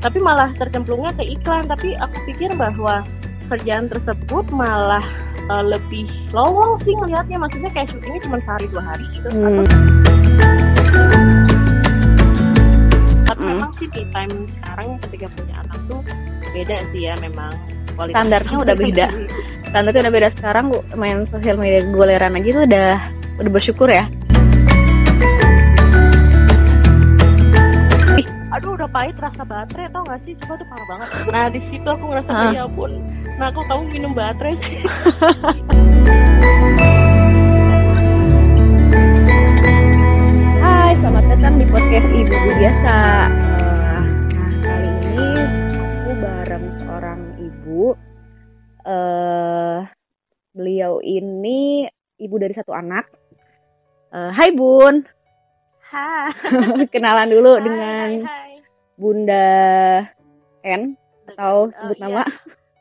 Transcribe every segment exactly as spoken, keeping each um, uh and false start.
tapi malah tercemplungnya ke iklan. Tapi aku pikir bahwa kerjaan tersebut malah uh, lebih lowong sih ngelihatnya, maksudnya kayak syutingnya cuma sehari dua hari gitu. Hmm. Atau, tapi hmm. memang sih di time sekarang ketika punya anak tuh beda sih ya, memang standarnya udah beda. Standarnya udah beda sekarang. Main sosial media goleran aja tuh udah udah bersyukur ya. Aduh, udah pahit rasa baterai, tau gak sih? Coba tuh parah banget. Nah, di situ aku ngerasa uh. ya ampun. Nah, aku kamu minum baterai sih. Hai, selamat datang di podcast Ibu Biasa. Uh, nah, kali ini aku bareng seorang ibu. Uh, beliau ini ibu dari satu anak. Uh, hai Bun. Hai. Kenalan dulu hai, dengan hai, hai. Bunda N atau sebut uh, nama. Iya.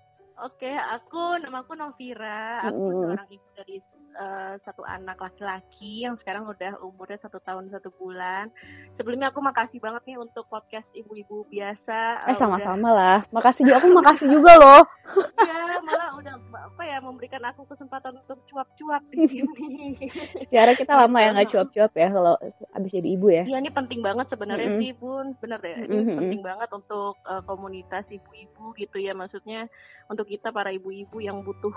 Oke, aku namaku Novira. Aku mm. seorang ibu dari uh, satu anak laki-laki yang sekarang udah umurnya satu tahun satu bulan. Sebelumnya aku makasih banget nih untuk podcast ibu-ibu biasa. Eh uh, sama-sama udah... lah. Makasih juga, aku makasih juga loh. Iya, malah udah apa ya memberikan aku kesempatan untuk cuap-cuap di sini. Secara kita lama ya nggak cuap-cuap ya kalau abis jadi ibu ya. Iya, ini penting banget sebenarnya mm-hmm. sih Bun, bener deh. Ini mm-hmm. penting banget untuk uh, komunitas ibu-ibu gitu ya, maksudnya untuk kita para ibu-ibu yang butuh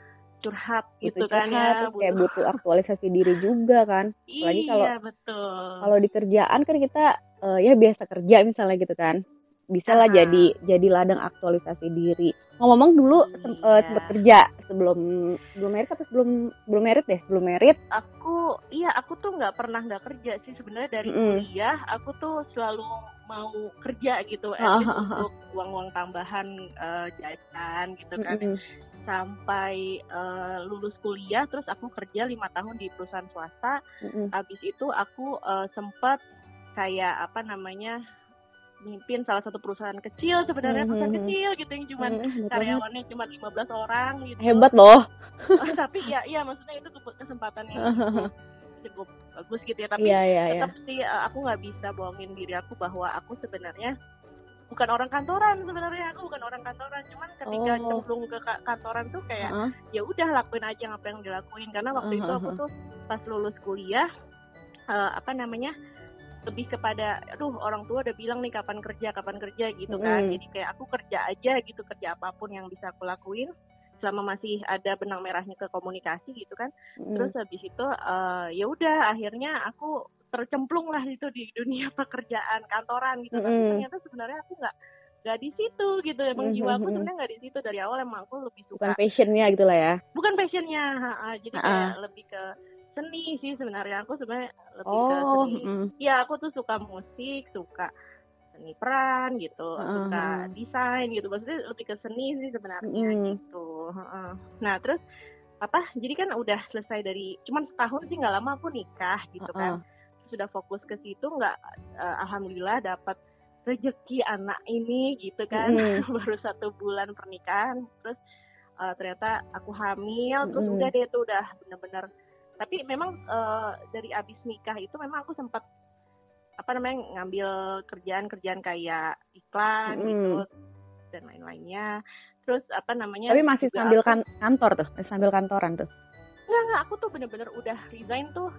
curhat gitu butuh kan curhat, ya, butuh... kayak butuh aktualisasi diri juga kan. Apalagi iya, kalau betul. Kalau di kerjaan kan kita uh, ya biasa kerja misalnya gitu kan. Bisa lah jadi jadi ladang aktualisasi diri. Ngomong-ngomong dulu iya. sem- uh, sempat kerja sebelum belum merit atau sebelum belum merit deh, belum merit. Aku iya aku tuh nggak pernah nggak kerja sih sebenarnya dari mm. kuliah. Aku tuh selalu mau kerja gitu, uh, uh, untuk uang-uang tambahan uh, jajan gitu kan. Mm-hmm. Sampai uh, lulus kuliah, terus aku kerja lima tahun di perusahaan swasta. Mm-hmm. Habis itu aku uh, sempat kayak apa namanya mimpin salah satu perusahaan kecil sebenarnya, mm-hmm. perusahaan kecil gitu yang cuma mm-hmm. karyawannya cuma lima belas orang gitu. Hebat loh. Tapi ya iya maksudnya itu kesempatan yang cukup, cukup bagus gitu ya, tapi yeah, yeah, tetap yeah. sih aku nggak bisa bohongin diri aku bahwa aku sebenarnya bukan orang kantoran. Sebenarnya aku bukan orang kantoran, cuman ketika oh. cemplung ke kantoran tuh kayak uh-huh. ya udah lakuin aja apa yang dilakuin, karena waktu uh-huh. itu aku tuh pas lulus kuliah uh, apa namanya lebih kepada, aduh orang tua udah bilang nih kapan kerja, kapan kerja gitu kan. Mm. Jadi kayak aku kerja aja gitu, kerja apapun yang bisa aku lakuin selama masih ada benang merahnya ke komunikasi gitu kan. Mm. Terus habis itu uh, ya udah akhirnya aku tercemplung lah itu di dunia pekerjaan kantoran gitu. Mm. Tapi ternyata sebenarnya aku nggak nggak di situ gitu. Emang mm-hmm. jiwa aku sebenarnya nggak di situ dari awal. Emang aku lebih suka. Bukan passionnya gitu lah ya. Bukan passionnya, ha-ha. Jadi kayak uh-uh. lebih ke seni sih sebenarnya. Aku sebenarnya lebih oh, ke seni. Mm. Ya aku tuh suka musik, suka seni peran gitu, uh-huh. suka desain gitu. Maksudnya lebih ke seni sih sebenarnya mm. gitu. Uh-uh. Nah terus apa? Jadi kan udah selesai dari cuman setahun sih, nggak lama aku nikah gitu uh-uh. kan. Sudah fokus ke situ, nggak uh, alhamdulillah dapat rezeki anak ini gitu kan. Mm. Baru satu bulan pernikahan, terus uh, ternyata aku hamil, terus mm. udah deh tuh udah benar-benar. Tapi memang uh, dari abis nikah itu memang aku sempat apa namanya ngambil kerjaan-kerjaan kayak iklan mm. gitu dan lain-lainnya. Terus apa namanya? Tapi masih sambil kan kantor tuh, masih sambil kantoran tuh. Enggak enggak, aku tuh bener-bener udah resign tuh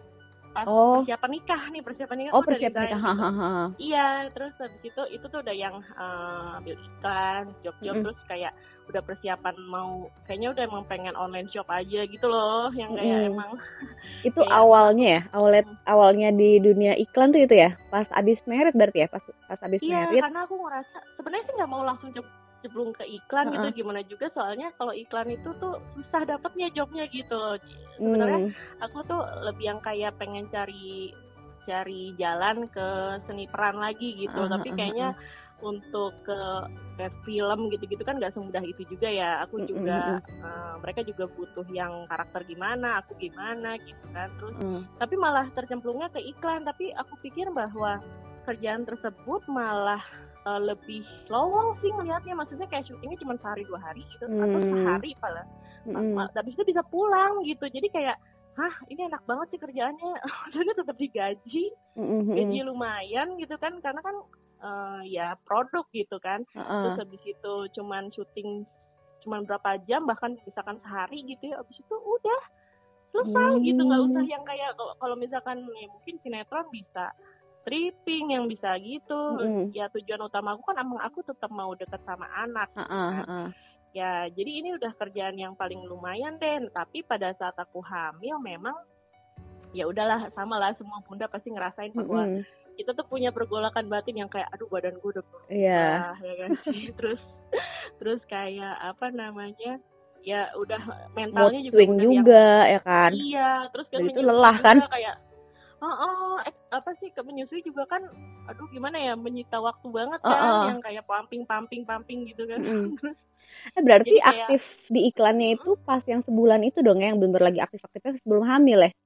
pas oh. persiapan nikah nih, persiapan nikah oh, aku udah persiapan resign. Nikah. Gitu. Iya, terus habis itu itu tuh udah yang uh, ambil iklan, job-job mm. terus kayak udah persiapan mau kayaknya udah emang pengen online shop aja gitu loh, yang kayak mm. emang itu kayak, awalnya ya, awalnya mm. awalnya di dunia iklan tuh itu ya, pas abis merit berarti ya, pas pas abis iya, merit. Iya, karena aku ngerasa sebenarnya sih nggak mau langsung jeblung ke iklan uh-uh. gitu, gimana juga soalnya kalau iklan itu tuh susah dapetnya jobnya gitu. Sebenarnya mm. aku tuh lebih yang kayak pengen cari cari jalan ke seni peran lagi gitu, uh-huh, tapi kayaknya uh-huh. untuk ke kayak film gitu-gitu kan nggak semudah itu juga ya. Aku juga uh-huh. uh, mereka juga butuh yang karakter gimana, aku gimana gitu kan. Terus uh-huh. tapi malah tercemplungnya ke iklan. Tapi aku pikir bahwa kerjaan tersebut malah uh, lebih lowong sih ngelihatnya, maksudnya kayak syutingnya cuma sehari dua hari gitu uh-huh. atau sehari malah. Uh-huh. Habis itu bisa pulang gitu. Jadi kayak hah ini enak banget sih kerjaannya, maksudnya tetap digaji, mm-hmm. gaji lumayan gitu kan, karena kan uh, ya produk gitu kan. Uh-uh. Terus habis itu cuman syuting cuman berapa jam, bahkan misalkan sehari gitu ya, habis itu udah selesai hmm. gitu. Nggak usah yang kayak kalau misalkan ya mungkin sinetron bisa stripping yang bisa gitu. Mm-hmm. Ya tujuan utama aku kan emang aku tetap mau deket sama anak gitu uh-uh, kan. uh-uh. Ya jadi ini udah kerjaan yang paling lumayan deh. Tapi pada saat aku hamil memang ya udahlah, sama lah semua bunda pasti ngerasain bahwa mm-hmm. kita tuh punya pergolakan batin yang kayak aduh badan gue udah berubah yeah. ya kan sih. terus terus kayak apa namanya ya udah mentalnya mood juga swing udah juga yang, ya kan. Iya, terus kan itu lelah kan kayak oh, oh eh, apa sih ke menyusui juga kan aduh gimana ya, menyita waktu banget kan uh-uh. yang kayak pumping pumping pumping gitu kan. Mm-hmm. eh, berarti kayak, aktif di iklannya itu pas yang sebulan itu dong ya, yang bener lagi aktif-aktifnya sebelum hamil ya?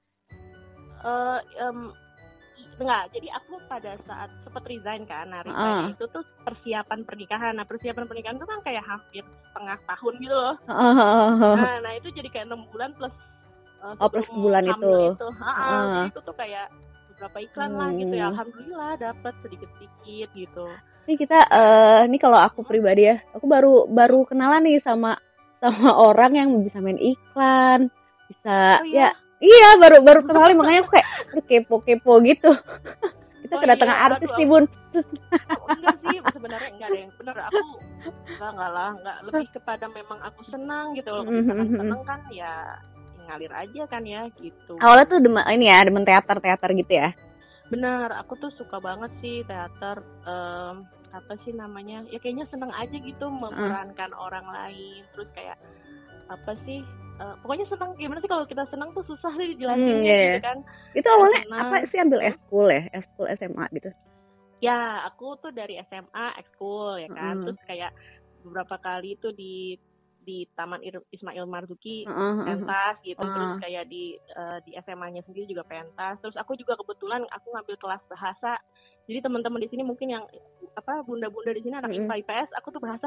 Uh, um, enggak, jadi aku pada saat sempat resign kan, nah resign uh. itu tuh persiapan pernikahan. Nah persiapan pernikahan itu kan kayak hampir setengah tahun gitu loh. Uh. Nah, nah itu jadi kayak enam bulan plus uh, oh plus sebulan itu. itu. Uh, uh. Jadi itu tuh kayak beberapa iklan hmm. lah gitu ya. Alhamdulillah dapat sedikit-sedikit gitu. Ini kita, uh, ini kalau aku pribadi ya, aku baru baru kenalan nih sama sama orang yang bisa main iklan, bisa oh, iya? ya. Iya, baru baru kenalin, makanya aku kayak kepo-kepo gitu. Kita oh, kedatangan iya, artis nih, Bun. Oh, enggak sih, sebenarnya enggak ada yang benar. Aku enggak, enggak lah, enggak. Lebih kepada memang aku senang gitu. Kalau misalkan senang kan ya ngalir aja kan ya gitu. Awalnya tuh demen, ini ya, demen teater-teater gitu ya? Benar, aku tuh suka banget sih teater. Um, apa sih namanya? Ya kayaknya senang aja gitu memerankan uh. orang lain. Terus kayak apa sih? Uh, pokoknya senang, gimana sih kalau kita senang tuh susah sih dijelasinnya hmm, yeah. gitu kan. Itu awalnya senang. Apa sih, ambil eskul ya? Eskul S M A gitu? Ya, aku tuh dari S M A ekskul ya kan. Hmm. Terus kayak beberapa kali tuh di di Taman Ismail Marzuki uh-huh. pentas gitu. Uh-huh. Terus kayak di uh, di S M A-nya sendiri juga pentas. Terus aku juga kebetulan aku ngambil kelas bahasa. Jadi teman-teman di sini mungkin yang apa bunda-bunda di sini anak I P A I P S, aku tuh bahasa.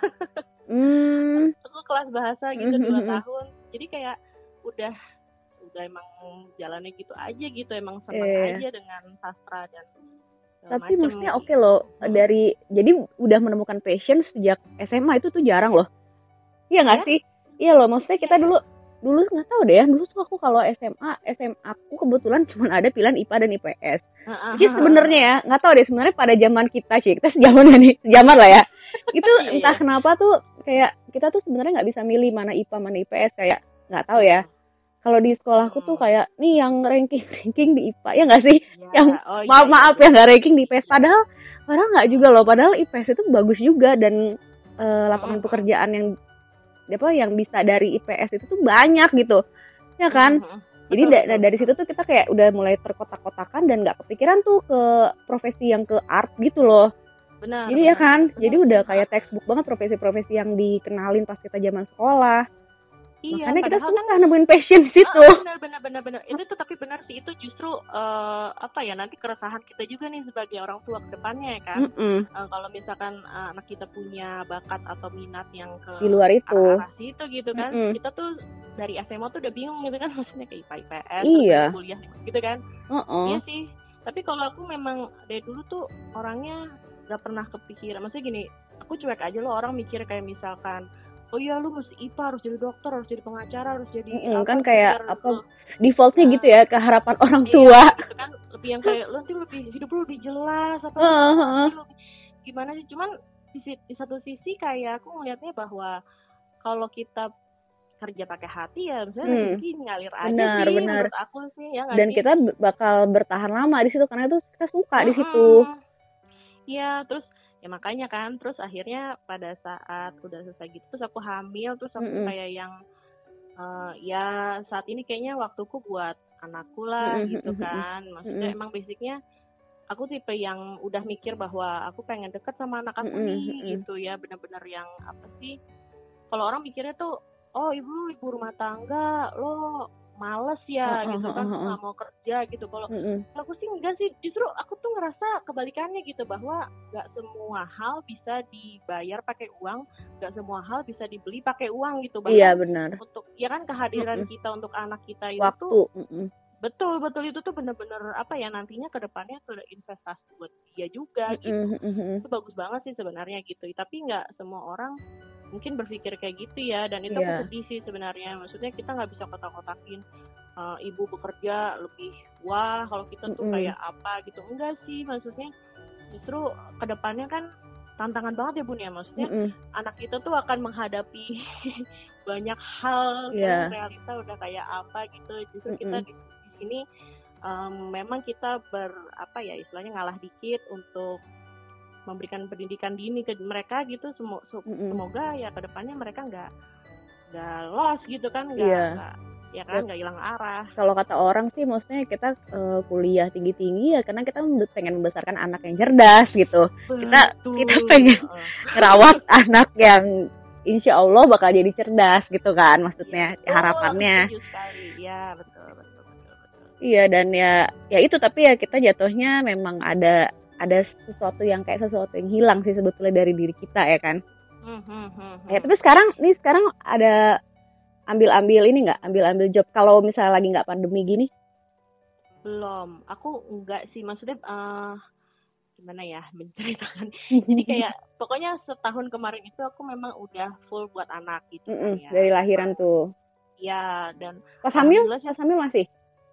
mm. Aku kelas bahasa gitu dua mm-hmm. tahun. Jadi kayak udah udah emang jalannya gitu aja gitu, emang senang yeah. aja dengan sastra dan tapi macem. Maksudnya oke okay loh, hmm. dari jadi udah menemukan passion sejak S M A itu tuh jarang loh. Iya nggak ya? sih? Iya loh, maksudnya kita dulu dulu nggak tahu deh ya, dulu tuh aku kalau S M A S M A aku kebetulan cuma ada pilihan I P A dan I P S. Uh-huh. Jadi sebenarnya ya nggak tahu deh, sebenarnya pada zaman kita sih, kita sejaman nih sejaman lah ya. Itu entah kenapa tuh kayak kita tuh sebenarnya nggak bisa milih mana I P A mana I P S, kayak nggak tahu ya. Kalau di sekolahku tuh kayak nih yang ranking ranking di I P A ya nggak sih, ya, yang oh, maaf iya, maaf iya. ya nggak ranking di I P S. Padahal padahal nggak juga loh, padahal I P S itu bagus juga dan uh, lapangan pekerjaan yang apa yang bisa dari I P S itu tuh banyak gitu, ya kan? Uh-huh. Jadi da- dari situ tuh kita kayak udah mulai terkotak-kotakan dan nggak kepikiran tuh ke profesi yang ke art gitu loh. Benar. Jadi benar, ya kan, benar. jadi udah kayak textbook banget profesi-profesi yang dikenalin pas kita zaman sekolah. Iya, makanya kita susah kan, nemuin passion di situ. Oh, benar, benar, benar, benar. Itu tuh tapi benar sih, itu justru uh, apa ya, nanti keresahan kita juga nih sebagai orang tua ke depannya ya kan. Uh, kalau misalkan uh, anak kita punya bakat atau minat yang ke di luar itu, arah situ gitu kan, Mm-mm. kita tuh dari S M A tuh udah bingung gitu kan, maksudnya ke I P A I P S, iya. kuliah gitu kan. Uh-uh. Iya sih. Tapi kalau aku memang dari dulu tuh orangnya gak pernah kepikiran. Maksudnya gini, aku cuek aja loh, orang mikir kayak misalkan oh iya lu mesti I P A, harus jadi dokter, harus jadi pengacara, harus jadi mm-hmm, apa, kan kayak biar, apa defaultnya uh, gitu ya, keharapan orang iya, tua gitu kan, lebih yang kayak lu nanti lebih hidup lu lebih jelas apa uh-huh. lu gimana sih. Cuman di, di satu sisi kayak aku ngelihatnya bahwa kalau kita kerja pakai hati ya misalnya hmm. rezeki ngalir aja benar, sih benar. Menurut aku sih ya dan sih? Kita bakal bertahan lama di situ karena itu kita suka uh-huh. di situ. Iya, terus ya makanya kan, terus akhirnya pada saat udah selesai gitu, terus aku hamil, terus aku mm-hmm. kayak yang uh, ya saat ini kayaknya waktuku buat anakku lah mm-hmm. gitu kan. Maksudnya mm-hmm. emang basicnya aku tipe yang udah mikir bahwa aku pengen deket sama anak aku mm-hmm. nih gitu ya, benar-benar yang apa sih, kalau orang mikirnya tuh oh ibu ibu rumah tangga lo males ya uh, gitu kan, nggak uh, uh, uh. mau kerja gitu. Kalau uh-uh. aku sih enggak sih, justru aku tuh ngerasa kebalikannya gitu, bahwa nggak semua hal bisa dibayar pakai uang, nggak semua hal bisa dibeli pakai uang gitu. Bahkan iya benar. Untuk ya kan kehadiran uh-uh. kita untuk anak kita itu waktu. tuh uh-uh. Betul, betul, itu tuh bener-bener apa ya, nantinya ke depannya tuh ada investasi buat dia juga gitu. Mm-mm. Itu bagus banget sih sebenarnya gitu. Tapi nggak semua orang mungkin berpikir kayak gitu ya. Dan itu Iya. aku sedih sih sebenarnya. Maksudnya kita nggak bisa kotak-kotakin uh, ibu bekerja lebih wah kalau kita tuh Mm-mm. kayak apa gitu. Enggak sih, maksudnya justru ke depannya kan tantangan banget ya Bun ya. Maksudnya Mm-mm. anak kita tuh akan menghadapi banyak hal. Iya. Kan realita udah kayak apa gitu. Justru Mm-mm. kita di, di sini um, memang kita ber apa ya istilahnya ngalah dikit untuk memberikan pendidikan dini ke mereka gitu. Semoga, Mm-mm. semoga ya kedepannya mereka nggak nggak lost gitu kan, nggak Iya. nggak- ya kan nggak hilang arah. Kalau kata orang sih maksudnya kita uh, kuliah tinggi-tinggi ya karena kita pengen membesarkan anak yang cerdas gitu. Betul. Kita kita pengen ngerawat anak yang insya Allah bakal jadi cerdas gitu kan, maksudnya ya, harapannya. Setuju sekali. Ya betul betul betul betul. Iya, dan ya ya itu, tapi ya kita jatuhnya memang ada ada sesuatu yang kayak sesuatu yang hilang sih sebetulnya dari diri kita ya kan. Hmm, hmm, hmm, hmm. Ya tapi sekarang nih sekarang ada ambil-ambil ini nggak, ambil-ambil job kalau misalnya lagi nggak pandemi gini? Belum, aku enggak sih, maksudnya uh, gimana ya menceritakan. Jadi kayak pokoknya setahun kemarin itu aku memang udah full buat anak gitu kan ya. Dari lahiran tuh. Ya, dan pas hamil, pas hamil masih?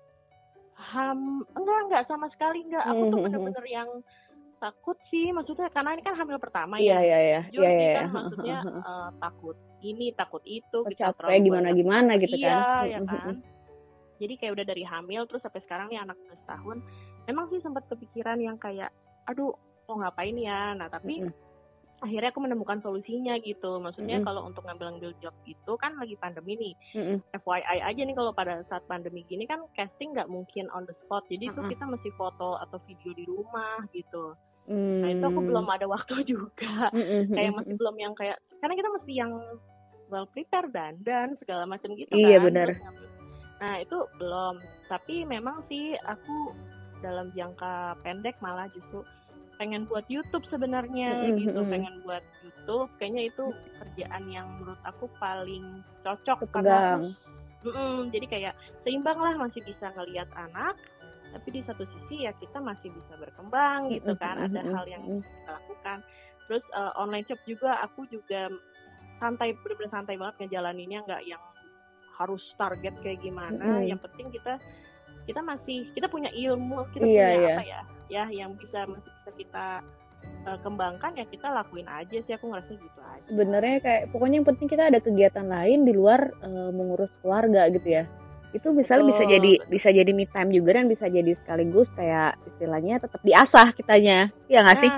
Ham, enggak enggak sama sekali enggak. Aku tuh bener-bener yang takut sih, maksudnya karena ini kan hamil pertama ya. Iya iya iya. Jujur iya, sih iya. kan maksudnya uh, takut ini takut itu kita terlalu gimana gimana gitu iya, kan. Iya ya kan. Jadi kayak udah dari hamil terus sampai sekarang nih anak setahun. Memang sih sempat kepikiran yang kayak aduh mau ngapain ya. Nah tapi mm-hmm. akhirnya aku menemukan solusinya gitu. Maksudnya mm-hmm. kalau untuk ngambil-ngambil job itu kan lagi pandemi nih. Mm-hmm. F Y I aja nih, kalau pada saat pandemi gini kan casting nggak mungkin on the spot. Jadi mm-hmm. itu kita mesti foto atau video di rumah gitu. Mm-hmm. Nah itu aku belum ada waktu juga. Mm-hmm. Kayak masih belum yang kayak, karena kita mesti yang well prepare dan dan segala macam gitu iya, kan. Benar. Nah itu belum. Tapi memang sih aku dalam jangka pendek malah justru pengen buat YouTube sebenarnya mm-hmm. gitu, pengen buat YouTube. Kayaknya itu kerjaan yang menurut aku paling cocok. Kepegang. Karena aku, mm, jadi kayak seimbang lah, masih bisa ngelihat anak, tapi di satu sisi ya kita masih bisa berkembang gitu kan, mm-hmm. ada hal yang bisa kita lakukan. Terus uh, online shop juga aku juga santai, bener-bener santai banget ngejalaninnya, nggak yang harus target kayak gimana. Mm-hmm. Yang penting kita kita masih kita punya ilmu, kita iya, punya iya. apa ya ya yang bisa masih bisa kita uh, kembangkan, ya kita lakuin aja sih, aku ngerasa gitu aja. Sebenarnya kayak pokoknya yang penting kita ada kegiatan lain di luar uh, mengurus keluarga gitu ya. Itu misalnya oh, bisa jadi betul. bisa jadi me time juga, dan bisa jadi sekaligus kayak istilahnya tetap diasah kitanya. Iya nggak sih?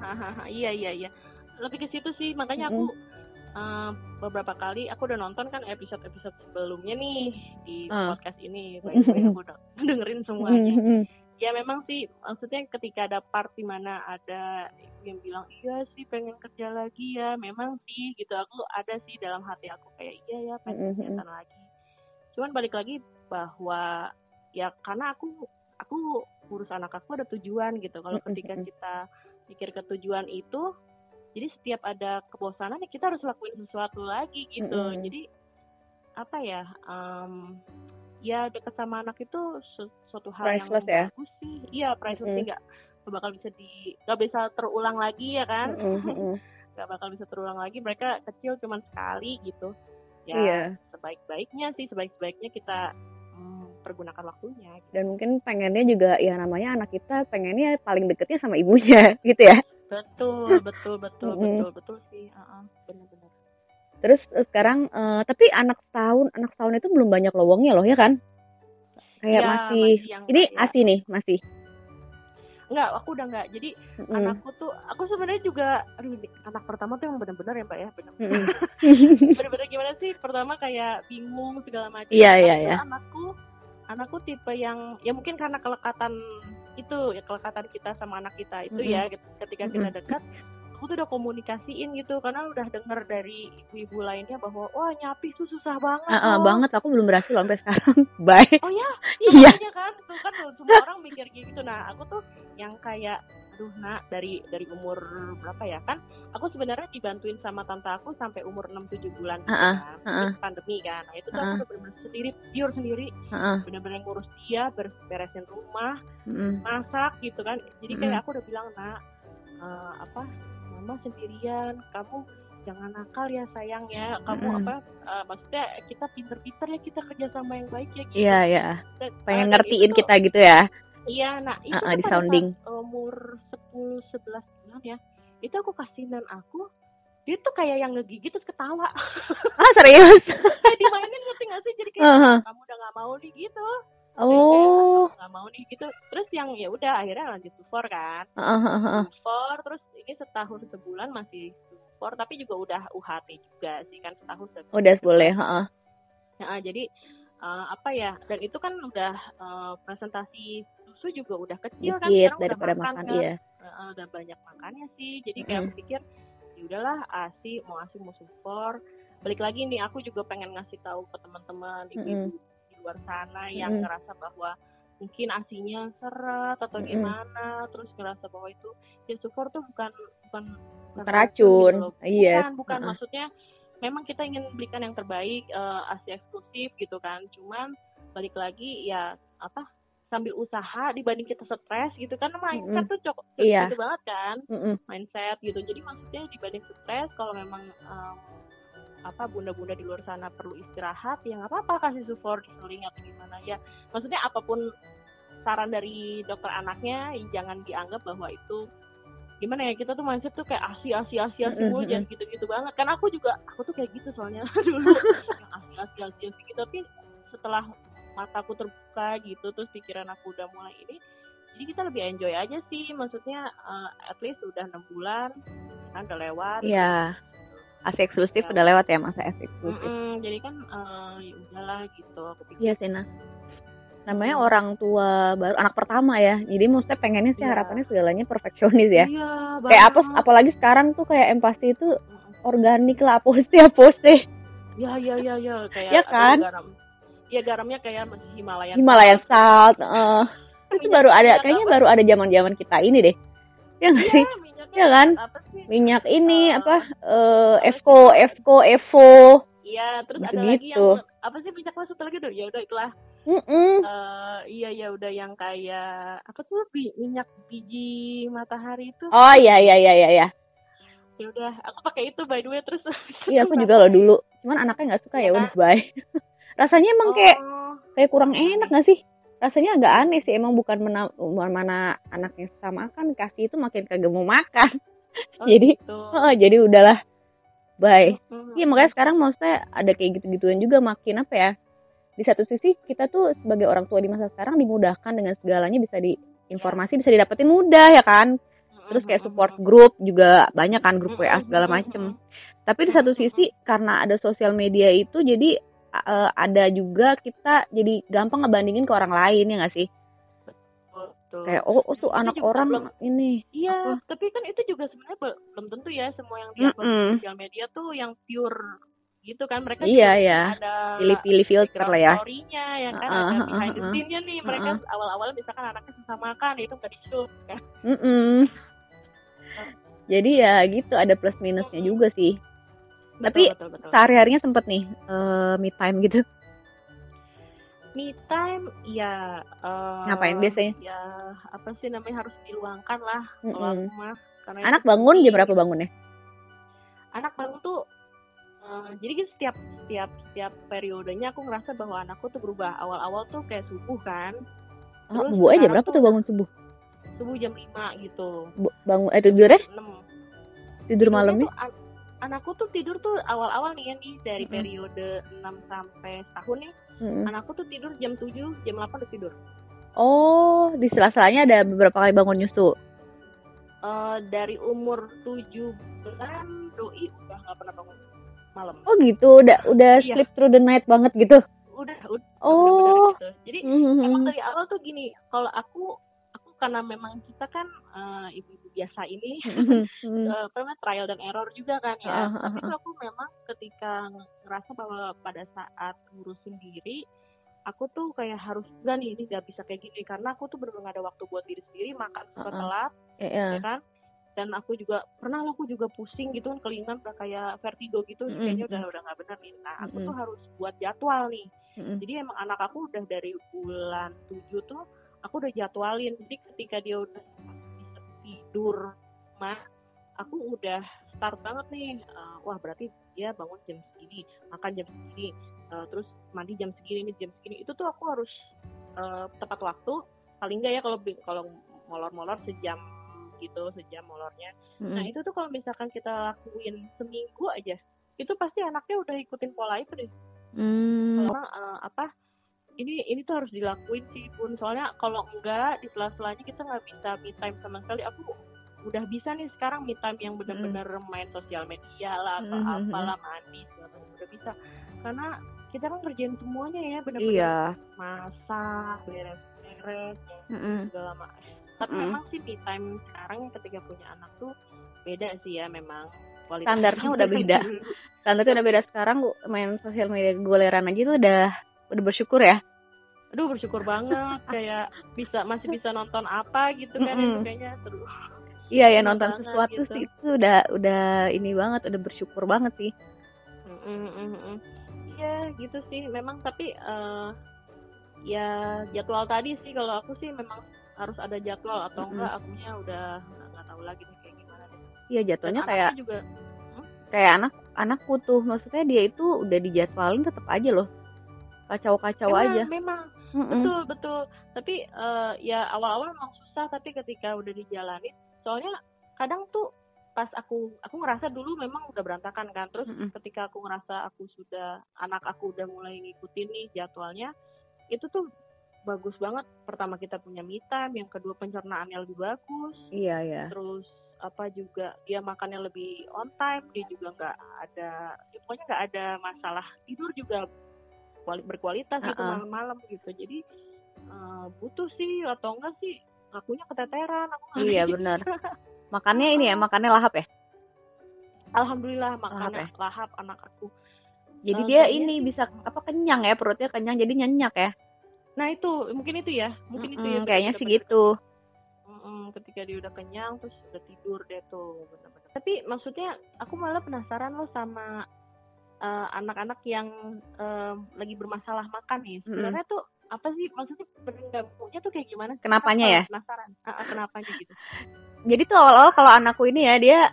Iya iya iya. Lebih ke situ sih, makanya aku mm-hmm. Uh, beberapa kali aku udah nonton kan episode-episode sebelumnya nih di uh. podcast ini, banyak aku udah dengerin semuanya. Ya memang sih, maksudnya ketika ada part di mana ada yang bilang iya sih pengen kerja lagi ya, memang sih gitu, aku ada sih dalam hati aku kayak iya ya pengen kegiatan lagi. Cuman balik lagi bahwa ya karena aku aku urus anak aku ada tujuan gitu. Kalau ketika kita pikir ke tujuan itu, jadi setiap ada kebosanan ya kita harus lakuin sesuatu lagi gitu. Mm-hmm. Jadi apa ya, um, ya dekat sama anak itu suatu hal priceless yang bagus ya? Sih. Iya priceless sih, nggak mm-hmm. bakal bisa di nggak bisa terulang lagi ya kan? Mm-hmm. Nggak bakal bisa terulang lagi. Mereka kecil cuma sekali gitu. Ya yeah. sebaik-baiknya sih, sebaik-baiknya kita hmm, pergunakan waktunya. Gitu. Dan mungkin pengennya juga ya namanya anak kita pengennya paling deketnya sama ibunya gitu ya. Betul, betul, betul, mm-hmm. betul, betul sih, uh-uh, benar-benar. Terus sekarang, uh, tapi anak tahun, anak tahun itu belum banyak lowongnya loh ya kan? Kayak ya, masih, masih ini ya. Asi nih masih. Enggak, aku udah enggak. Jadi mm-hmm. anakku tuh, aku sebenarnya juga, aduh, anak pertama tuh yang benar-benar ya Mbak ya, benar-benar. Mm-hmm. benar-benar gimana sih? Pertama kayak bingung segala macam. Iya iya iya. Anakku, anakku tipe yang, ya mungkin karena kelekatan itu ya, kelekatan kita sama anak kita itu mm-hmm. ya, ketika kita dekat, aku tuh udah komunikasiin gitu, karena udah denger dari ibu-ibu lainnya bahwa wah nyapis tuh susah banget. Uh, uh, banget, aku belum berhasil sampai sekarang. Bye. Oh ya, iya kan, tuh kan semua orang mikir gitu. Nah aku tuh yang kayak aduh nak, dari dari umur berapa ya, kan aku sebenarnya dibantuin sama tante aku sampai umur enam tujuh bulan gitu Uh-uh. kan, Uh-uh. terus pandemi kan, nah itu tuh Uh-uh. aku udah bener-bener sendiri, pure sendiri, Uh-uh. bener-bener ngurus dia, beresin rumah, Mm-mm. masak gitu kan. Jadi Mm-mm. kayak aku udah bilang, nak, uh, apa mama sendirian, kamu jangan nakal ya sayang ya, kamu Mm-mm. apa uh, maksudnya kita pinter-pinter ya, kita kerja sama yang baik ya gitu. Iya, iya. Dan, Pengen uh, dan ngertiin itu tuh, kita gitu ya. iya, nah itu Uh-uh, tuh di pada sounding. saat umur sepuluh sebelas bulan ya, itu aku kasihin aku, dia tuh kayak yang ngegigit terus ketawa. Ah, serius? Kayak dimainin, ngerti gak sih? Jadi kayak Uh-huh. kamu udah gak mau nih gitu. Oh. Kayak, gak mau nih gitu. Terus yang ya udah akhirnya lanjut sufor kan. Uh-huh. Sufor, terus ini setahun sebulan masih sufor, tapi juga udah U H T juga sih kan, setahun sebulan. Udah boleh, heeh. Nah, jadi uh, apa ya? Dan itu kan udah uh, presentasi susu juga udah kecil kan, Dikit sekarang daripada udah makan, makan, kan. iya. Uh, udah banyak makannya sih. Jadi kayak Mm. aku pikir ya udahlah, asi mau asi mau sufor. Balik lagi nih, aku juga pengen ngasih tahu ke teman-teman ibu-ibu di luar sana yang Mm-mm. ngerasa bahwa mungkin asinya seret atau Mm-mm. gimana, terus ngerasa bahwa itu ya sufor tuh bukan bukan bukan racun, gitu loh. iya. Bukan, bukan Uh-uh. maksudnya memang kita ingin belikan yang terbaik, uh, asi eksklusif gitu kan. Cuman balik lagi ya apa, sambil usaha dibanding kita stres gitu kan, mindset Mm-mm. tuh cukup Iya. gitu banget kan. Mm-mm. Mindset gitu. Jadi maksudnya dibanding stres, kalau memang um, apa bunda-bunda di luar sana perlu istirahat, ya nggak apa-apa kasih sufor diseling atau gimana ya. Maksudnya apapun saran dari dokter anaknya, jangan dianggap bahwa itu gimana ya, kita tuh mindset tuh kayak asi asi asi asi mulu, jangan gitu-gitu banget. Kan aku juga aku tuh kayak gitu soalnya dulu, yang asi asi asi asi gitu. Tapi setelah mataku terbuka gitu, terus pikiran aku udah mulai ini, jadi kita lebih enjoy aja sih. Maksudnya uh, at least udah enam bulan kan udah lewat. Iya. Asi eksklusif Ya. udah lewat ya, masa asi eksklusif. Mm-mm, jadi kan uh, ya udahlah gitu aku pikir. Iya sih, Nah. Namanya hmm. orang tua baru, anak pertama ya. Jadi maksudnya pengennya sih, Iya. harapannya segalanya perfeksionis ya. Iya, kayak apa, apalagi sekarang tuh kayak empati itu mm-mm. organik lah, apose apose. Ya ya ya ya kayak ya kan? garam. Iya, garamnya kayak masih Himalayan. Himalayan salt. Uh. Itu baru ada, kayaknya apa? Baru ada zaman-zaman kita ini deh. Ya nggak iya, sih? Ya kan? Minyak ini uh, apa? Uh, Esko, Esko, Evo. Iya, terus gitu. ada lagi yang apa sih minyak masuk lagi tuh? Ya udah itulah. Uh, iya ya udah yang kayak apa tuh minyak biji matahari itu. Oh iya iya iya iya. Ya. Ya udah, aku pakai itu by the way terus. Iya, aku juga loh dulu. Cuman anaknya nggak suka ya, ya udah bye. Rasanya emang oh. kayak kayak kurang enak nggak sih? Rasanya agak aneh sih, emang bukan mena, mana anaknya sama kan, kasih itu makin kagak mau makan. Oh, jadi, gitu. oh, jadi udahlah, bye. Iya mm-hmm. makanya sekarang maksudnya ada kayak gitu-gituan juga, makin apa ya? Di satu sisi kita tuh sebagai orang tua di masa sekarang dimudahkan dengan segalanya, bisa di informasi bisa didapetin mudah ya kan. Terus kayak support group juga banyak kan, grup W A segala macem. Tapi di satu sisi karena ada sosial media itu, jadi uh, ada juga kita jadi gampang ngebandingin ke orang lain, ya nggak sih? Betul. Kayak oh, oh tuh anak orang belum, ini. Iya, apa? Tapi kan itu juga sebenarnya belum tentu ya semua yang diupload di sosial media tuh yang pure gitu kan. Mereka iya, juga iya. ada pilih-pilih filter lah ya. Story-nya ya kan, uh, ada uh, behind the uh, scene-nya nih. Uh, mereka uh, awal-awal misalkan anaknya susah makan, itu nggak di-show kan. Mm-mm. Jadi ya gitu, ada plus minusnya mm-hmm. juga sih. Betul, tapi betul, betul. Sehari-harinya sempet nih uh, me time gitu. Me time ya uh, ngapain biasanya? Ya apa sih namanya, harus diluangkan lah mm-hmm. kalau aku mah. Karena anak bangun jam berapa bangunnya? Anak bangun tuh uh, jadi kan setiap setiap setiap periodenya aku ngerasa bahwa anakku tuh berubah. Awal-awal tuh kayak subuh kan. Terus oh, bu aja berapa tuh bangun subuh? Subuh jam lima gitu. Bangun eh tidurnya? enam. Tidur malamnya? Tuh, an- anakku tuh tidur tuh awal-awal nih ya nih dari mm-hmm. periode enam sampai setahun nih. Mm-hmm. Anakku tuh tidur jam tujuh, jam delapan udah tidur. Oh, di sela-selanya ada beberapa kali bangun nyusu. Uh, dari umur tujuh bulan doi udah enggak pernah bangun malam. Oh gitu, udah udah iya. sleep through the night banget gitu. Udah, udah oh. benar-benar gitu. Jadi mm-hmm. emang dari awal tuh gini, kalau aku karena memang kita kan uh, ibu-ibu biasa ini mm-hmm. uh, namanya trial dan error juga kan ya. Uh-huh. Tapi tuh aku memang ketika ngerasa bahwa pada saat ngurusin diri aku tuh kayak harus enggak nih, ini nggak bisa kayak gini karena aku tuh benar-benar nggak ada waktu buat diri sendiri, makan suka Uh-uh. telat, Iya. ya kan? Dan aku juga pernah aku juga pusing gitu kan, kelingan udah kayak vertigo gitu, Mm-mm. kayaknya udah udah nggak bener nih. Nah aku Mm-mm. tuh harus buat jadwal nih. Mm-mm. Jadi emang anak aku udah dari bulan tujuh tuh aku udah jadwalin. Jadi ketika dia udah bisa tidur mah, aku udah start banget nih. Uh, wah berarti dia bangun jam segini, makan jam segini, uh, terus mandi jam segini, jam segini. Itu tuh aku harus uh, tepat waktu. Paling nggak ya kalau kalau molor-molor sejam gitu, sejam molornya. Mm-hmm. Nah itu tuh kalau misalkan kita lakuin seminggu aja, itu pasti anaknya udah ikutin pola itu deh. Mm. Kalau uh, apa ini ini tuh harus dilakuin sih Bun, soalnya kalau enggak di sela-selanya kita nggak bisa me time sama sekali. Aku udah bisa nih sekarang me time yang benar-benar mm. main sosial media lah atau mm-hmm. apalah, mandi segala udah bisa, karena kita kan kerjain semuanya ya, benar-benar iya. Masak, beres-beres, mm-hmm. segala macam. Tapi mm. memang sih me time sekarang ketika punya anak tuh beda sih ya, memang kualitas standarnya udah beda. Standarnya udah beda sekarang, main sosial media goleran aja tuh udah udah bersyukur ya. Aduh bersyukur banget, kayak bisa masih bisa nonton apa gitu kan, mm-hmm. itu kayaknya seru. Iya ya, nonton sesuatu gitu. Sih itu udah udah ini banget, udah bersyukur banget sih. Mm-hmm. Iya gitu sih memang, tapi uh, ya jadwal tadi sih kalau aku sih memang harus ada jadwal atau enggak mm-hmm. akunya udah nggak tahu lagi nih kayak gimana deh. Iya jatuhnya dan kayak juga hmm? kayak anak anakku tuh, maksudnya dia itu udah dijadwalin tetap aja loh kacau-kacau memang, aja. Memang mm-mm. betul betul. Tapi uh, ya awal-awal memang susah, tapi ketika udah dijalanin, soalnya kadang tuh pas aku aku ngerasa dulu memang udah berantakan kan, terus mm-mm. ketika aku ngerasa aku sudah anak aku udah mulai ngikutin nih jadwalnya, itu tuh bagus banget. Pertama kita punya me time, yang kedua pencernaannya lebih bagus. Iya ya. Terus apa juga dia makannya lebih on time, dia juga nggak ada, ya pokoknya nggak ada masalah tidur juga berkualitas uh-uh. gitu malam-malam gitu. Jadi uh, butuh sih atau enggak sih akunya keteteran. Aku iya benar. Makannya ini ya, makannya lahap ya. Alhamdulillah makannya lahap, ya? lahap anak aku. Jadi uh, dia ini sih, bisa apa kenyang ya, perutnya kenyang jadi nyenyak ya. Nah itu mungkin itu ya, mungkin mm-hmm, itu ya. Kayaknya sih gitu. Mm-hmm, ketika dia udah kenyang terus udah tidur deh tuh benar-benar. Tapi maksudnya aku malah penasaran loh sama uh, anak-anak yang uh, lagi bermasalah makan nih. Sebenarnya mm-hmm. tuh apa sih maksudnya bergabungnya tuh kayak gimana? Kenapanya ya? Penasaran. Uh, kenapanya gitu. Jadi tuh awal-awal kalau anakku ini ya dia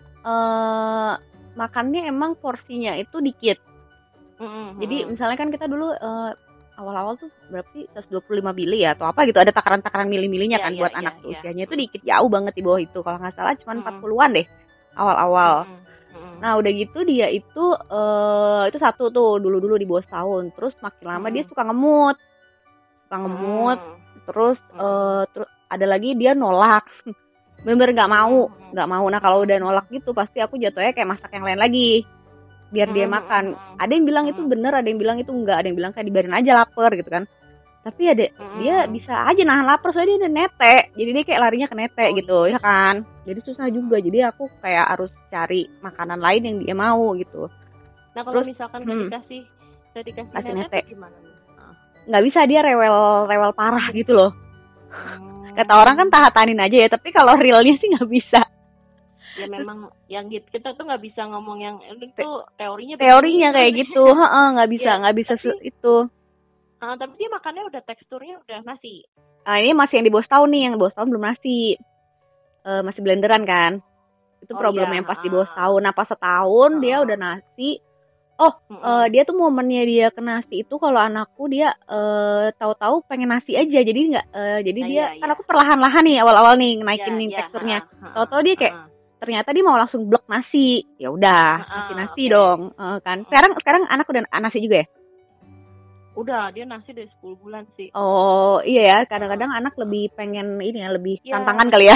uh, makannya emang porsinya itu dikit. Mm-hmm. Jadi misalnya kan kita dulu uh, awal-awal tuh berapa sih seratus dua puluh lima mili ya atau apa gitu, ada takaran-takaran mili-milinya yeah, kan yeah, buat yeah, anak yeah. Usianya itu dikit jauh banget di bawah itu, kalau nggak salah cuma mm-hmm. empat puluhan deh awal-awal. Mm-hmm. Nah udah gitu dia itu uh, itu satu tuh dulu-dulu di bawah setahun, terus makin lama mm-hmm. dia suka ngemut, suka ngemut, mm-hmm. terus mm-hmm. uh, terus ada lagi dia nolak, bener-bener nggak mau, nggak mm-hmm. mau. Nah kalau udah nolak gitu pasti aku jatuhnya kayak masak yang lain lagi biar dia hmm, makan. Hmm, ada yang bilang hmm. itu bener, ada yang bilang itu enggak, ada yang bilang kayak dibiarin aja lapar gitu kan. Tapi ada hmm. dia bisa aja nahan lapar soalnya dia udah netek. Jadi dia kayak larinya ke netek oh, gitu, iya. ya kan. Jadi susah juga. Jadi aku kayak harus cari makanan lain yang dia mau gitu. Nah, kalau Terus, misalkan hmm, dikasih dikasih netek, netek gimana? Nah. Nggak bisa, dia rewel rewel parah gitu loh. Hmm. Kata orang kan tahan-tahanin aja ya, tapi kalau realnya sih nggak bisa. Ya memang yang gitu, kita tuh nggak bisa ngomong yang itu teorinya teorinya kayak gitu, heeh, nggak bisa nggak ya, bisa tapi, itu uh, tapi dia makannya udah teksturnya udah nasi. Ah ini masih yang di bawah tahun nih, yang di bawah tahun belum nasi, uh, masih blenderan kan, itu oh, problemnya iya. yang pas di bawah tahun. Nah pas setahun uh. dia udah nasi. Oh uh-uh. uh, dia tuh momennya dia ke nasi itu kalau anakku dia uh, tahu-tahu pengen nasi aja, jadi nggak uh, jadi nah, dia iya, kan iya. aku perlahan-lahan nih awal-awal nih naikin iya, nih iya, teksturnya, uh, uh, tahu-tahu dia kayak uh. ternyata dia mau langsung blok nasi, ya udah kasih nasi okay. dong, uh, kan. Sekarang sekarang anak udah nasi juga ya? Udah, dia nasi dari sepuluh bulan sih. Oh iya ya, kadang-kadang anak lebih pengen ini ya, lebih ya, tantangan kali ya.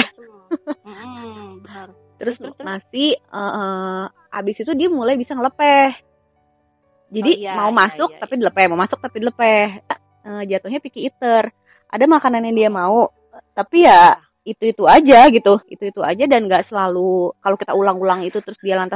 mm, benar. Terus, terus nasi, uh, abis itu dia mulai bisa ngelepeh. Jadi oh, iya, mau iya, masuk iya, iya. tapi dilepeh, mau masuk tapi dilepeh. Uh, jatuhnya picky eater. Ada makanan yang dia mau, tapi ya itu-itu aja gitu, itu-itu aja dan nggak selalu kalau kita ulang-ulang itu terus dia lantas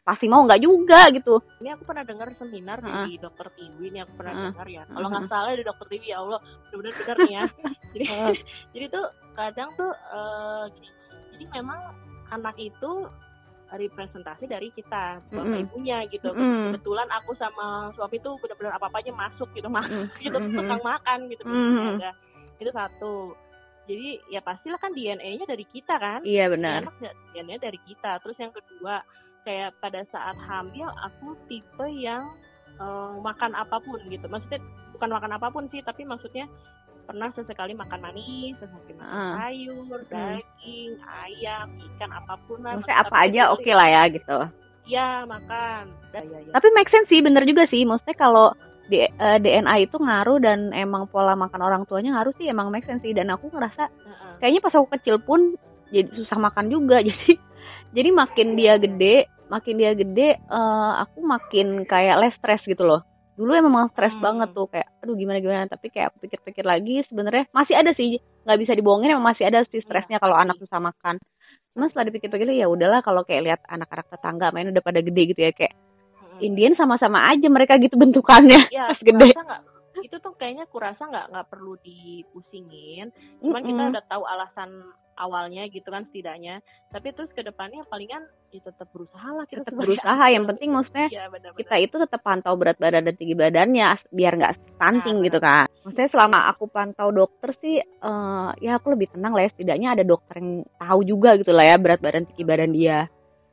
pasti mau, nggak juga gitu. Ini aku pernah dengar seminar uh. di Dokter Tiwi, ini aku pernah uh. dengar ya. Kalau uh-huh. nggak salah di Dokter Tiwi, ya Allah, benar-benar benar nih ya. Jadi, uh. jadi tuh kadang tuh uh, gini, jadi memang anak itu representasi dari kita, bapak mm-hmm. ibunya gitu. Mm-hmm. Kebetulan aku sama suami tuh benar-benar apa-apanya masuk gitu, masuk mm-hmm. gitu, tukang makan gitu. Mm-hmm. Itu satu. Jadi ya pastilah kan D N A-nya dari kita kan. Iya benar. D N A dari kita. Terus yang kedua, kayak pada saat hamil aku tipe yang uh, makan apapun gitu. Maksudnya bukan makan apapun sih, tapi maksudnya pernah sesekali makan manis, sesekali makan uh. sayur, hmm. daging, ayam, ikan, apapun lah. Maksudnya apa aja oke okay lah ya gitu. Iya, makan. Ya, ya, ya. Tapi make sense sih, bener juga sih. Maksudnya kalau D, uh, D N A itu ngaruh dan emang pola makan orang tuanya ngaruh sih, emang make sense sih. Dan aku ngerasa uh-uh. kayaknya pas aku kecil pun jadi susah makan juga. Jadi jadi makin dia gede, makin dia gede, uh, aku makin kayak less stress gitu loh. Dulu emang stres hmm. banget tuh, kayak aduh gimana gimana, tapi kayak aku pikir-pikir lagi sebenarnya masih ada sih, nggak bisa dibohongin, emang masih ada sih stresnya kalau anak susah makan. Cuma setelah dipikir-pikir ya udahlah, kalau kayak lihat anak-anak tetangga main udah pada gede gitu ya, kayak hmm. Indian sama-sama aja mereka gitu bentukannya ya, pas gede. Gak, itu tuh kayaknya kurasa nggak nggak perlu dipusingin, cuman mm-hmm. kita udah tahu alasan awalnya gitu kan setidaknya, tapi terus ke depannya palingan ya tetap berusaha lah, kita tetap berusaha, yang penting maksudnya ya, kita itu tetap pantau berat badan dan tinggi badannya biar nggak stunting nah, gitu kan. Maksudnya selama aku pantau dokter sih uh, ya aku lebih tenang lah ya, setidaknya ada dokter yang tahu juga gitu lah ya berat badan tinggi badan dia.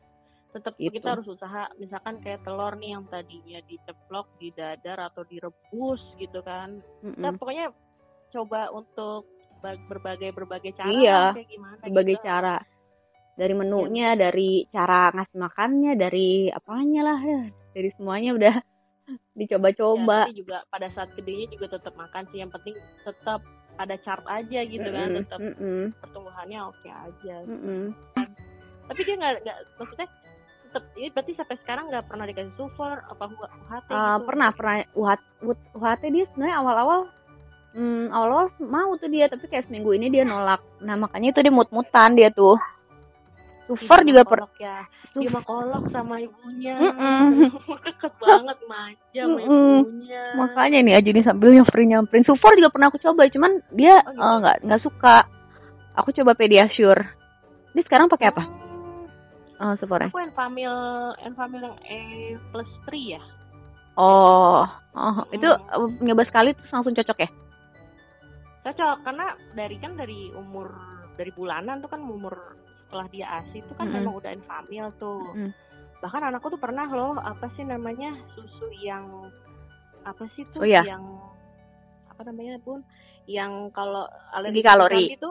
Tetap gitu. Kita harus usaha, misalkan kayak telur nih yang tadinya diceplok, didadar atau direbus gitu kan, mm-hmm. kita pokoknya coba untuk berbagai berbagai cara, iya, kayak gimana berbagai gitu. cara, dari menunya, ya. Dari cara ngasih makannya, dari apanya lah ya, dari semuanya udah dicoba-coba. Ya, juga pada saat gedenya juga tetap makan sih, yang penting tetap ada chart aja gitu mm-hmm. kan, tetap mm-hmm. pertumbuhannya oke aja. Mm-hmm. Tapi dia nggak nggak maksudnya tetap, ini berarti sampai sekarang nggak pernah dikasih sulfur apa U H T uh, gitu? Pernah pernah U H T dia sebenarnya awal-awal Hmm, awal-awal mau tuh dia, tapi kayak seminggu ini dia nolak. Nah makanya itu dia mut-mutan dia tuh. Sulfur juga per. Ya. Dia mah kolok sama ibunya. Deket banget manja sama ibunya. Makanya nih aja nih sambil nyamperin-nyamperin. Sulfur juga pernah aku coba, cuman dia nggak oh, gitu. uh, nggak suka. Aku coba Pediasure. Dia sekarang pakai apa? Oh, uh, Sulfurnya. Aku Enfamil, Enfamil yang E plus tiga ya. Oh, oh hmm. itu uh, nyoba sekali terus langsung cocok ya? Cocok, karena dari kan dari umur, dari bulanan tuh kan umur setelah dia A S I itu kan mm-hmm. memang udah Enfamil tuh. Mm-hmm. Bahkan anakku tuh pernah loh, apa sih namanya, susu yang apa sih tuh, oh, iya. yang apa namanya Bun, yang kalau alergi kalori itu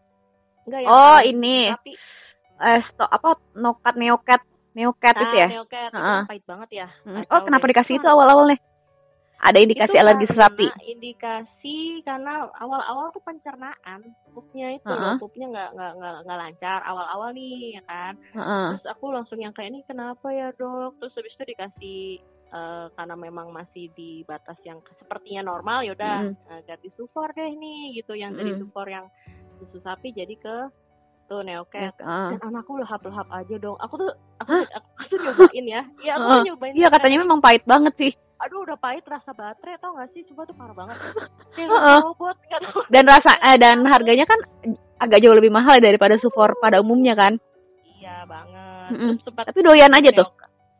enggak yang oh ini tapi eh stop apa nokat neokat neokat nah, itu ya neokat uh-huh. itu pahit banget ya. Mm-hmm. Oh kenapa dikasih itu awal-awal nih? Ada indikasi itu alergi sapi? Indikasi karena awal-awal tuh pencernaan, pupnya itu, uh-huh. pupnya nggak nggak nggak nggak lancar awal-awal nih, ya kan. Uh-huh. Terus aku langsung yang kayak ini kenapa ya dok? Terus habis itu dikasih uh, karena memang masih di batas yang sepertinya normal, yaudah uh-huh. uh, ganti sulfur deh nih, gitu, yang uh-huh. dari sulfur yang susu sapi jadi ke tuh Neocat. Uh-huh. Dan anakku lahap-lahap aja dong. Aku tuh aku, huh? aku, aku tuh nyobain ya. Iya aku uh-huh. tuh nyobain. Iya katanya memang pahit banget sih. Aduh udah pahit, rasa baterai tau gak sih, coba tuh parah banget. uh-uh. robot, dan rasa eh, dan harganya kan agak jauh lebih mahal daripada sulfur pada umumnya kan. Iya banget. Mm-mm. Tapi doyan aja tuh.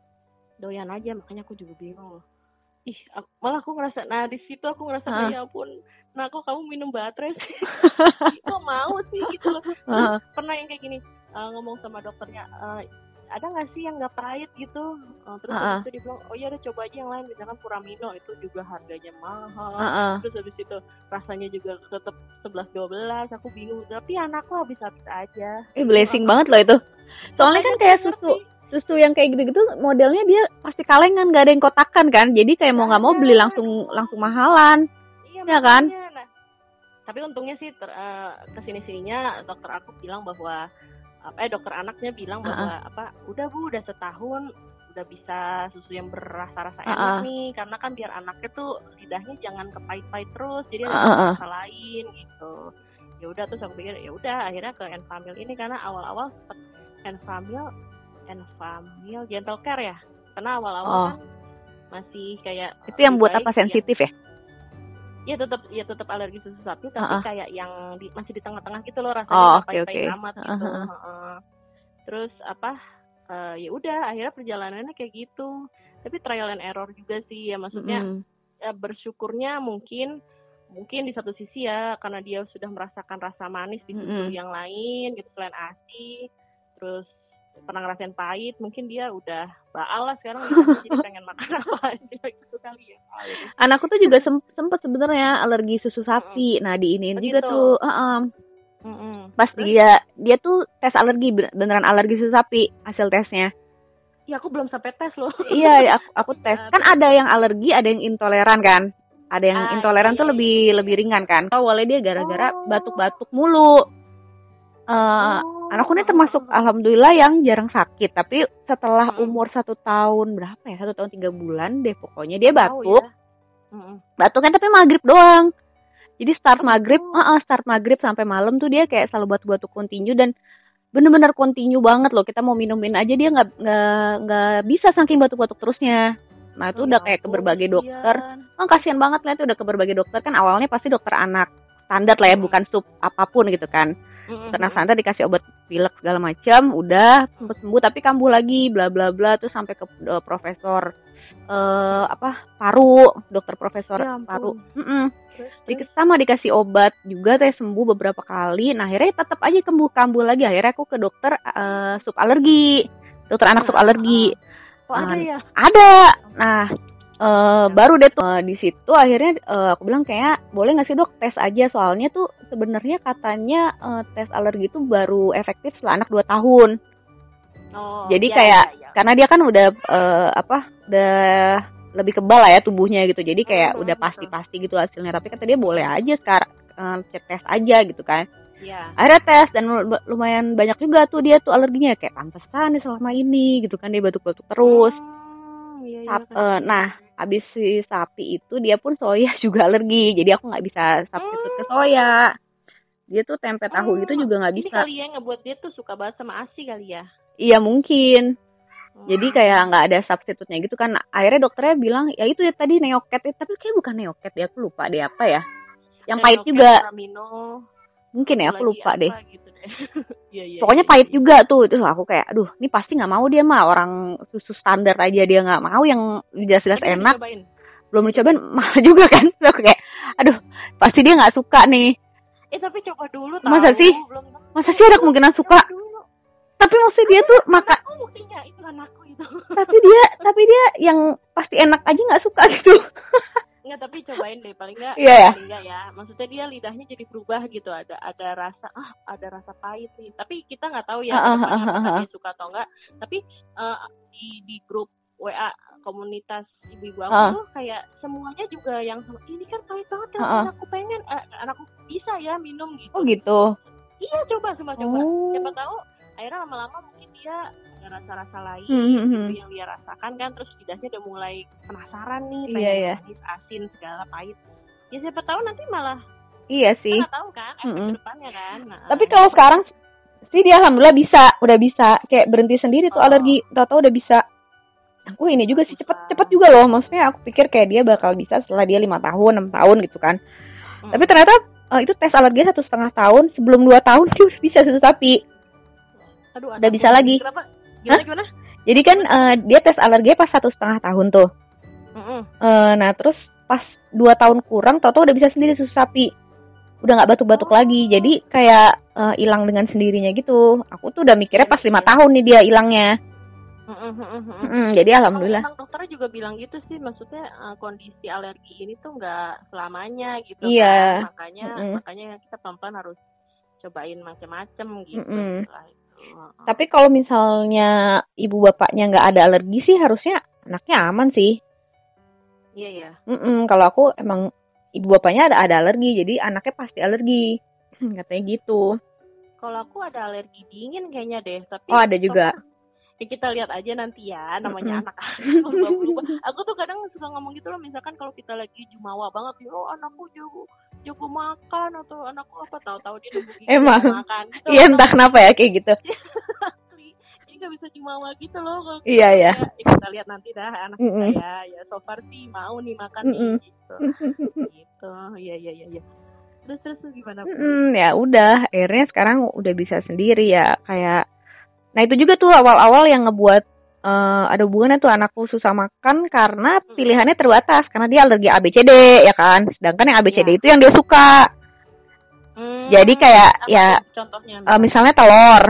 Doyan aja, makanya aku juga bingung loh. Ih, aku, malah aku ngerasa, nah di situ aku ngerasa uh. ya ampun, nah kok kamu minum baterai sih? Kok mau sih gitu loh. uh. Pernah yang kayak gini, uh, ngomong sama dokternya, uh, ada nggak sih yang nggak pahit gitu? Uh, terus uh-uh. habis itu dia bilang, oh ya udah coba aja yang lain, misalkan Furamino itu juga harganya mahal. Uh-uh. Terus habis itu rasanya juga tetap sebelas dua belas, aku bingung. Tapi anakku habis-habis aja. Eh blessing banget loh itu. Soalnya kan kayak susu susu yang kayak gitu-gitu modelnya dia pasti kalengan, nggak ada yang kotakan kan. Jadi kayak mau nggak mau beli langsung langsung mahalan. Iya ya kan? Nah, tapi untungnya sih ter, uh, kesini-sininya dokter aku bilang bahwa apa eh dokter anaknya bilang bahwa uh-uh. apa udah Bu udah setahun udah bisa susu yang berasa-rasa enak uh-uh. nih, karena kan biar anaknya tuh lidahnya jangan kepahit-pahit terus, jadi ada uh-uh. rasa lain gitu. Ya udah terus aku pikir ya udah akhirnya ke Enfamil ini, karena awal-awal Enfamil Enfamil, Gentle Care ya. Karena awal-awal Oh. kan masih kayak Itu yang lebih buat baik apa, sensitif ya? Ya tetap ya tetap alergi susu sapi, tapi Uh-uh. kayak yang di, masih di tengah-tengah gitu loh, rasanya Oh, nggak oke pahit-pahit oke. amat gitu. Uh-huh. Heeh. Terus apa? eh, ya udah akhirnya perjalanannya kayak gitu. Tapi trial and error juga sih ya, maksudnya Mm-mm. ya, bersyukurnya mungkin mungkin di satu sisi ya karena dia sudah merasakan rasa manis di susu Mm-mm. yang lain gitu selain ASI, terus pernah ngerasain pahit, mungkin dia udah baal lah sekarang lidahnya jadi pengen makan apa aja gitu kali ya. Anakku tuh juga sem- sempet sebenarnya alergi susu sapi. Nah, diiniin juga Begitu. tuh. Uh-uh. Mm-mm. Pas Terus? dia dia tuh tes alergi, beneran alergi susu sapi hasil tesnya. Ya aku belum sampai tes loh. Iya, aku aku tes. Kan ada yang alergi, ada yang intoleran kan. Ada yang Ah, intoleran iya, tuh iya, lebih iya, iya. lebih ringan kan. Awalnya dia gara-gara Oh. batuk-batuk mulu. Uh, Oh. Anakku ini termasuk alhamdulillah yang jarang sakit. Tapi setelah Mm-mm. umur satu tahun berapa ya? Satu tahun tiga bulan deh pokoknya dia Tahu batuk. ya. Mm-mm. Batuk kan tapi maghrib doang. Jadi start Oh, maghrib, betul. uh, start maghrib sampai malam tuh dia kayak selalu batuk-batuk continue dan bener-bener continue banget loh. Kita mau minumin aja dia nggak nggak nggak bisa saking batuk-batuk terusnya. Nah itu Oh, udah ya kayak ke ampun, berbagai kasihan. dokter. Oh kasihan banget lah, itu udah ke berbagai dokter kan. Awalnya pasti dokter anak standar lah ya, Mm-mm. bukan sup apapun gitu kan. Mm-mm. Dokter standar dikasih obat pilek segala macam, udah sembuh sembuh tapi kambuh lagi, bla bla bla. Terus sampai ke uh, profesor uh, apa paru, dokter profesor Ya ampun. paru. Mm-mm. Terus, Dikasih sama dikasih obat juga, saya sembuh beberapa kali. Nah akhirnya tetap aja kambuh-kambuh lagi. Akhirnya aku ke dokter uh, sup alergi, dokter anak sup alergi. Oh, ada Nah, ya? Ada. Nah uh, baru deh tuh uh, di situ akhirnya uh, aku bilang kayak boleh nggak sih dok tes aja, soalnya tuh sebenarnya katanya uh, tes alergi itu baru efektif setelah anak dua tahun. Oh, Jadi ya, kayak ya, ya. karena dia kan udah uh, apa udah lebih kebal lah ya tubuhnya gitu, jadi kayak Mm-hmm, udah pasti-pasti gitu hasilnya. Tapi kata dia boleh aja sekarang uh, cek tes aja gitu kan. Ya. Akhirnya tes dan lumayan banyak juga tuh dia tuh alerginya, kayak pantesan nih selama ini gitu kan dia batuk-batuk terus. Hmm, iya, iya, Sap- uh, nah habis si sapi itu dia pun soya juga alergi, jadi aku nggak bisa substitute ke soya. Dia tuh tempe tahu Hmm, gitu juga nggak Ini bisa. kali ya ngebuat dia tuh suka banget sama ASI kali ya. Iya mungkin. Hmm. Jadi kayak nggak ada substitute-nya gitu kan. Akhirnya dokternya bilang ya itu ya tadi neoket, tapi kayak bukan neoket ya, aku lupa deh apa ya. Yang pahit Neoket, juga. Ramino, Mungkin ya aku lagi lupa apa deh. Gitu deh. Iya, iya, Pokoknya iya, pahit iya. juga tuh. Terus aku kayak aduh ini pasti nggak mau dia mah, orang susu standar aja dia nggak mau yang jelas-jelas Tapi enak. dicobain. Belum dicobain mahal juga kan. Terus aku kayak aduh pasti dia nggak suka nih. Eh tapi coba dulu tahu. Masa sih? Belum tentu. Masa sih ada kemungkinan suka? Coba dulu. Tapi maksudnya dia tuh makan, Anakku buktinya itu anakku itu. tapi dia tapi dia yang pasti enak aja nggak suka gitu. Enggak, tapi cobain deh paling enggak. Iya ya. Paling enggak ya. Maksudnya dia lidahnya jadi berubah gitu, ada ada rasa ah ada rasa pahit nih. Tapi kita nggak tahu ya Uh, uh, kedepannya uh, uh, apakah uh. dia suka atau enggak. Tapi eh, di di grup W A komunitas ibu-ibu aku Uh. tuh kayak semuanya juga yang sama, ini kan pahit banget kan, Uh, uh. anakku pengen eh, anakku bisa ya minum gitu. Oh gitu. Iya coba semua coba. Oh. Siapa tahu akhirnya lama-lama mungkin dia ada rasa-rasa lain Hmm, hmm, gitu hmm. yang dia rasakan kan, terus lidahnya udah mulai penasaran nih, Iya, pengen iya. manis, asin, segala pahit. Ya siapa tahu nanti malah Iya kita sih. nggak tahu kan efek Mm-mm. kedepannya kan. Nah, Tapi kalau sekarang sih dia alhamdulillah bisa, udah bisa kayak berhenti sendiri tuh Oh. alergi, tahu-tahu udah bisa. Aku ini juga sih cepet cepet juga loh, maksudnya aku pikir kayak dia bakal bisa setelah dia lima tahun enam tahun gitu kan. Hmm. Tapi ternyata eh, itu tes alergi satu setengah tahun, sebelum dua tahun sih udah bisa susu sapi. Aduh, udah anakku bisa lagi. Kenapa? Gimana Hah? gimana? Jadi kan eh, dia tes alergi pas satu setengah tahun tuh. Mm-mm. Eh, nah terus pas dua tahun kurang, tahu-tahu udah bisa sendiri susu sapi. Udah nggak batuk-batuk Oh. lagi, jadi kayak eh, hilang dengan sendirinya gitu. Aku tuh udah mikirnya pas lima tahun nih dia hilangnya. Mm-mm, mm-mm, mm-mm. Mm-mm, jadi alhamdulillah. Emang, emang dokternya juga bilang gitu sih, maksudnya uh, kondisi alergi ini tuh nggak selamanya gitu Iya. kan, makanya Mm-mm. makanya kita pelan-pelan harus cobain macam-macam gitu. Mm-mm. Setelah itu. Uh-uh. Tapi kalau misalnya ibu bapaknya nggak ada alergi sih harusnya anaknya aman sih. Iya ya. Mm-mm, kalau aku emang ibu bapaknya ada ada alergi, jadi anaknya pasti alergi. Katanya gitu. Kalau aku ada alergi dingin kayaknya deh, tapi Oh ada juga. ya kita lihat aja nanti ya, namanya Mm-mm. anak berubah-berubah. Aku tuh kadang suka ngomong gitu loh, misalkan kalau kita lagi jumawa banget, oh anakku jago jago makan atau anakku apa, tahu-tahu dia nunggu gigi Emang? makan gitu. Iya entah kenapa ya kayak gitu. Jadi nggak bisa jumawa gitu loh. Kalau Iya ya. Ya, kita lihat nanti dah anak Mm-mm. kita ya. Ya so far sih mau nih makan Mm-mm. nih gitu. Gitu. Iya iya iya. Ya. Terus terus tuh gimana? Mm-mm, ya udah, akhirnya sekarang udah bisa sendiri ya kayak. Nah itu juga tuh awal-awal yang ngebuat uh, ada hubungannya tuh anakku susah makan karena pilihannya terbatas karena dia alergi A B C D ya kan. Sedangkan yang A B C D Ya. itu yang dia suka. Hmm, Jadi kayak apa ya contohnya? Uh, misalnya telur.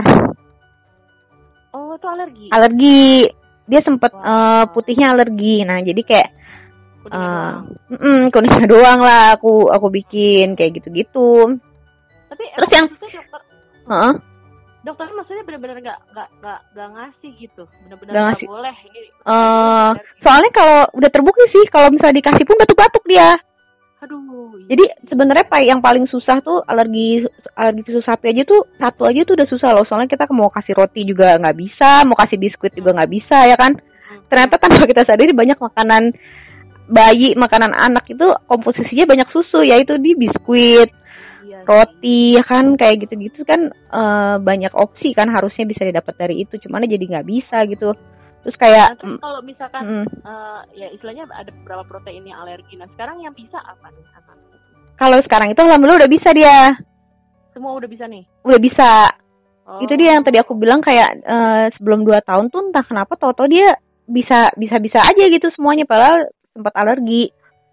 Oh itu alergi. Alergi. Dia sempet Wow. uh, putihnya alergi. Nah jadi kayak kuningnya uh, doang. kuningnya doang lah aku aku bikin kayak gitu-gitu. Tapi terus yang dokter, uh-uh. dokternya maksudnya benar-benar nggak nggak nggak nggak ngasih gitu, benar-benar nggak boleh ini. Uh, soalnya kalau udah terbukti sih kalau misalnya dikasih pun batuk-batuk dia. Aduh. Jadi sebenarnya yang paling susah tuh alergi alergi susu sapi aja tuh satu aja tuh udah susah loh. Soalnya kita mau kasih roti juga nggak bisa, mau kasih biskuit juga nggak bisa ya kan. Ternyata tanpa kita sadari banyak makanan bayi, makanan anak itu komposisinya banyak susu, yaitu di biskuit, iya, roti ya kan, kayak gitu-gitu kan uh, banyak opsi kan harusnya bisa didapat dari itu, cuman jadi nggak bisa gitu. Terus kayak nah, terus kalau misalkan mm, uh, ya istilahnya ada beberapa protein yang alergi. Nah sekarang yang bisa apa nih anak? Kalau sekarang itu alhamdulillah udah bisa dia. Semua udah bisa nih? Udah bisa. Oh. Itu dia yang tadi aku Oh. bilang kayak uh, sebelum dua tahun tuh entah kenapa tau-tau dia bisa bisa bisa aja gitu semuanya padahal sempat alergi.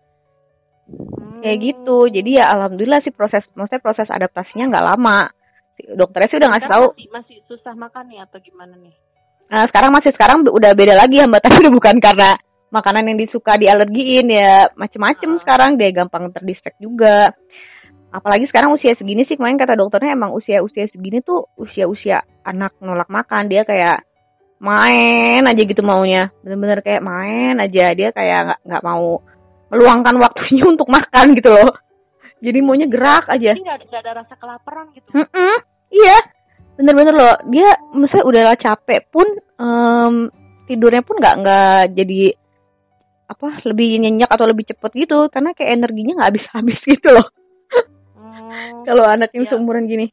Hmm. Kayak gitu. Jadi ya alhamdulillah sih proses maksudnya proses adaptasinya nggak lama. Dokternya sih udah ngasih tahu. Masih, masih susah makan nih atau gimana nih? Nah, sekarang masih sekarang udah beda lagi hambatannya udah bukan karena makanan yang disuka dialergiin ya macem-macem uh. sekarang dia gampang terdistract juga. Apalagi sekarang usia segini sih kemarin kata dokternya emang usia-usia segini tuh usia-usia anak nolak makan, dia kayak main aja gitu maunya, bener-bener kayak main aja, dia kayak nggak nggak mau meluangkan waktunya untuk makan gitu loh. Jadi maunya gerak aja. Jadi nggak ada rasa kelaparan gitu. Mm-mm, iya. Bener-bener loh, dia misalnya udah capek pun um, tidurnya pun nggak nggak jadi apa lebih nyenyak atau lebih cepet gitu karena kayak energinya nggak habis-habis gitu loh. Hmm, kalau anak yang ya. Seumuran gini.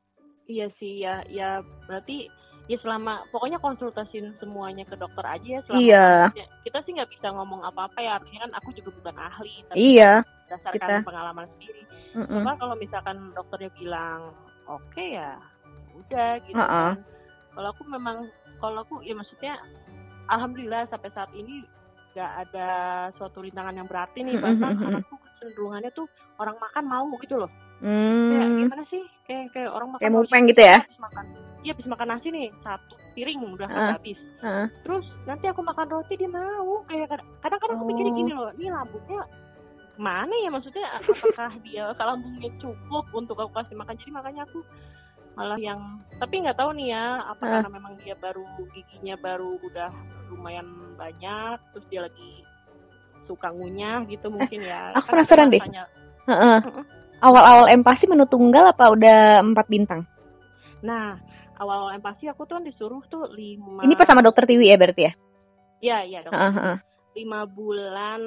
Iya sih ya, ya berarti ya selama pokoknya konsultasiin semuanya ke dokter aja ya selama iya. Ya, kita sih nggak bisa ngomong apa-apa ya artinya kan aku juga bukan ahli tapi iya, berdasarkan kita. Pengalaman sendiri. Mm-mm. Cuma kalau misalkan dokternya bilang oke okay, ya udah gitu uh-uh. kan. Kalau aku memang kalau aku ya maksudnya alhamdulillah sampai saat ini nggak ada suatu rintangan yang berarti nih bahkan mm-hmm. anakku kecenderungannya tuh orang makan mau gitu loh. Hmm. Kayak gimana sih kayak kayak orang makan kayak mupeng gitu ya. Habis makan iya habis makan nasi nih satu piring udah uh. habis uh. terus nanti aku makan roti dia mau kayak kadang-kadang aku mikirnya gini loh ini lambungnya mana ya maksudnya apakah dia lambungnya cukup untuk aku kasih makan jadi makanya aku malah yang tapi nggak tahu nih ya apa uh. karena memang dia baru giginya baru udah lumayan banyak terus dia lagi suka ngunyah gitu mungkin eh, ya aku penasaran deh uh-uh. Awal-awal empasi menu tunggal apa udah empat bintang? Nah awal-awal empasi aku tuh disuruh tuh lima ini pas sama dokter Tiwi ya berarti ya? Iya iya dokter uh-huh. lima bulan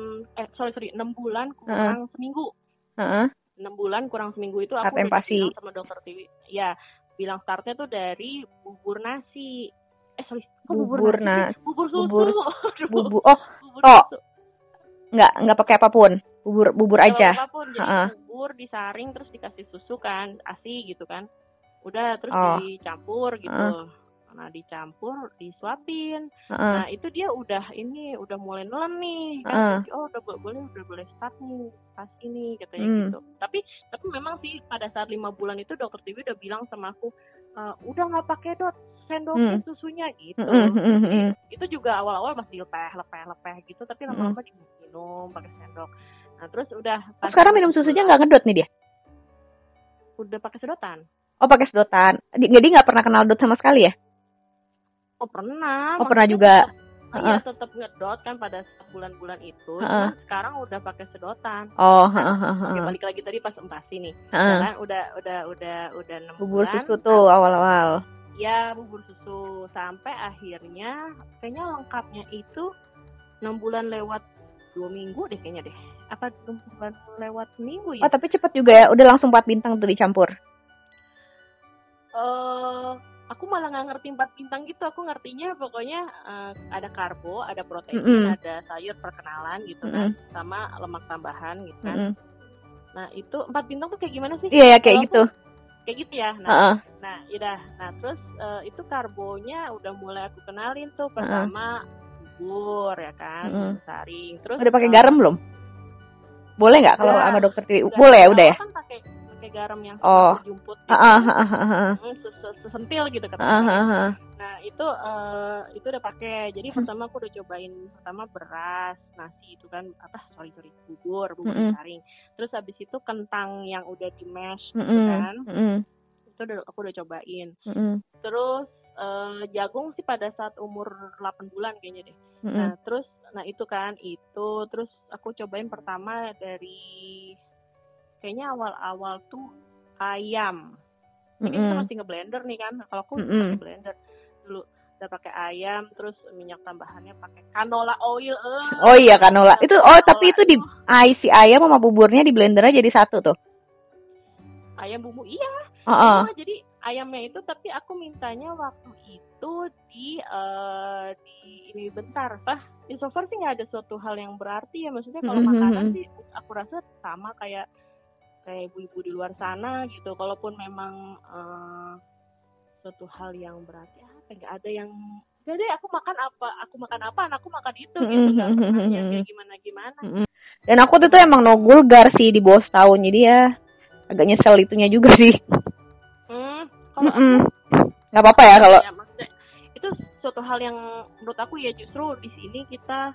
eh sorry sorry enam bulan kurang uh-huh. seminggu uh-huh. enam bulan kurang seminggu itu aku udah bilang sama dokter Tiwi ya bilang startnya tuh dari bubur nasi eh sorry kok bubur, bubur nasi na- bubur susu bubur bubur oh bubur oh susu. nggak nggak pakai apapun bubur bubur nggak aja apapun jadi uh-uh. bubur disaring terus dikasih susu kan asi gitu kan udah terus oh. dicampur gitu uh-uh. Nah dicampur disuapin uh-uh. Nah itu dia udah ini udah mulai nelen nih kan uh-uh. Oh udah boleh udah boleh start nih pas ini katanya hmm. gitu tapi tapi memang sih pada saat lima bulan itu dokter Tiwi udah bilang sama aku uh, udah nggak pakai dot sendoknya hmm. susunya gitu hmm, hmm, hmm, hmm. Itu juga awal-awal masih lepeh lepeh lepeh gitu tapi lama-lama hmm. diminum pakai sendok. Nah terus udah oh, sekarang minum susunya nggak ngedot nih dia udah pakai sedotan. Oh pakai sedotan jadi nggak pernah kenal dot sama sekali ya? Oh pernah. Oh pernah juga. Tetap, iya uh-uh. tetap ngedot kan pada bulan-bulan itu. Uh-uh. Cuma sekarang udah pakai sedotan. Oh. Nah, uh-uh. Oke, balik lagi tadi pas empasi nih. Uh-uh. Kan udah udah udah udah enam bubur bulan. Bubur susu tuh awal-awal. Ya bubur susu sampai akhirnya kayaknya lengkapnya itu enam bulan lewat dua minggu deh kayaknya deh. Apa enam bulan lewat minggu ya? Oh tapi cepet juga ya. Udah langsung empat bintang tuh dicampur. Eh uh, aku malah nggak ngerti empat bintang gitu. Aku ngertinya pokoknya uh, ada karbo, ada protein, Mm-mm. ada sayur perkenalan gitu Mm-mm. kan, sama lemak tambahan gitu kan. Mm-mm. Nah itu empat bintang tuh kayak gimana sih? Iya, ya, kayak gitu. Kayak gitu ya. Nah, uh-uh. nah, yaudah. Nah terus uh, itu karbonya udah mulai aku kenalin tuh. Pertama bubur ya kan, uh-uh. saring. Terus udah pakai uh, garam belum? Boleh nggak kalau sama dokter Tiwi? Udah, boleh ya, udah ya. Kan pakai pakai garam yang oh. jumput, gitu, uh-uh. uh-uh. sesentil gitu katanya. Uh-uh. Nah itu uh, itu udah pakai. Jadi pertama aku udah cobain pertama beras, nasi itu kan apa sorry sorry bubur, bubur uh-uh. saring. Terus habis itu kentang yang udah di mash uh-uh. gitu kan. Uh-uh. Itu udah, aku udah cobain. Uh-uh. Terus uh, jagung sih pada saat umur delapan bulan kayaknya deh. Uh-uh. Nah terus nah itu kan itu terus aku cobain pertama dari kayaknya awal-awal tuh ayam. Ini mm-hmm. kita masih nge-blender nih kan. Kalau aku mm-hmm. pakai blender dulu udah pakai ayam, terus minyak tambahannya pakai canola oil. Uh, oh iya canola. Itu oh canola tapi itu di isi ayam sama buburnya di blendernya jadi satu tuh. Ayam bumbu iya. Uh-uh. Nah, jadi ayamnya itu tapi aku mintanya waktu itu di uh, di ini bentar, Pak. Di so far sih nggak ada suatu hal yang berarti ya. Maksudnya kalau mm-hmm. makanan sih aku rasa sama kayak kayak ibu-ibu di luar sana gitu. Kalaupun memang uh, suatu hal yang berarti apa nggak ada yang nggak deh aku makan apa aku makan apa anakku makan itu gitu nggak pernah yang kayak gimana gimana. Dan aku tuh tuh emang no gulgar sih di bawah setahun jadi ya agak nyesel itunya juga sih. Hmm, kalau mm-hmm. aku nggak apa-apa ya kalau ya, maksudnya itu suatu hal yang menurut aku ya justru di sini kita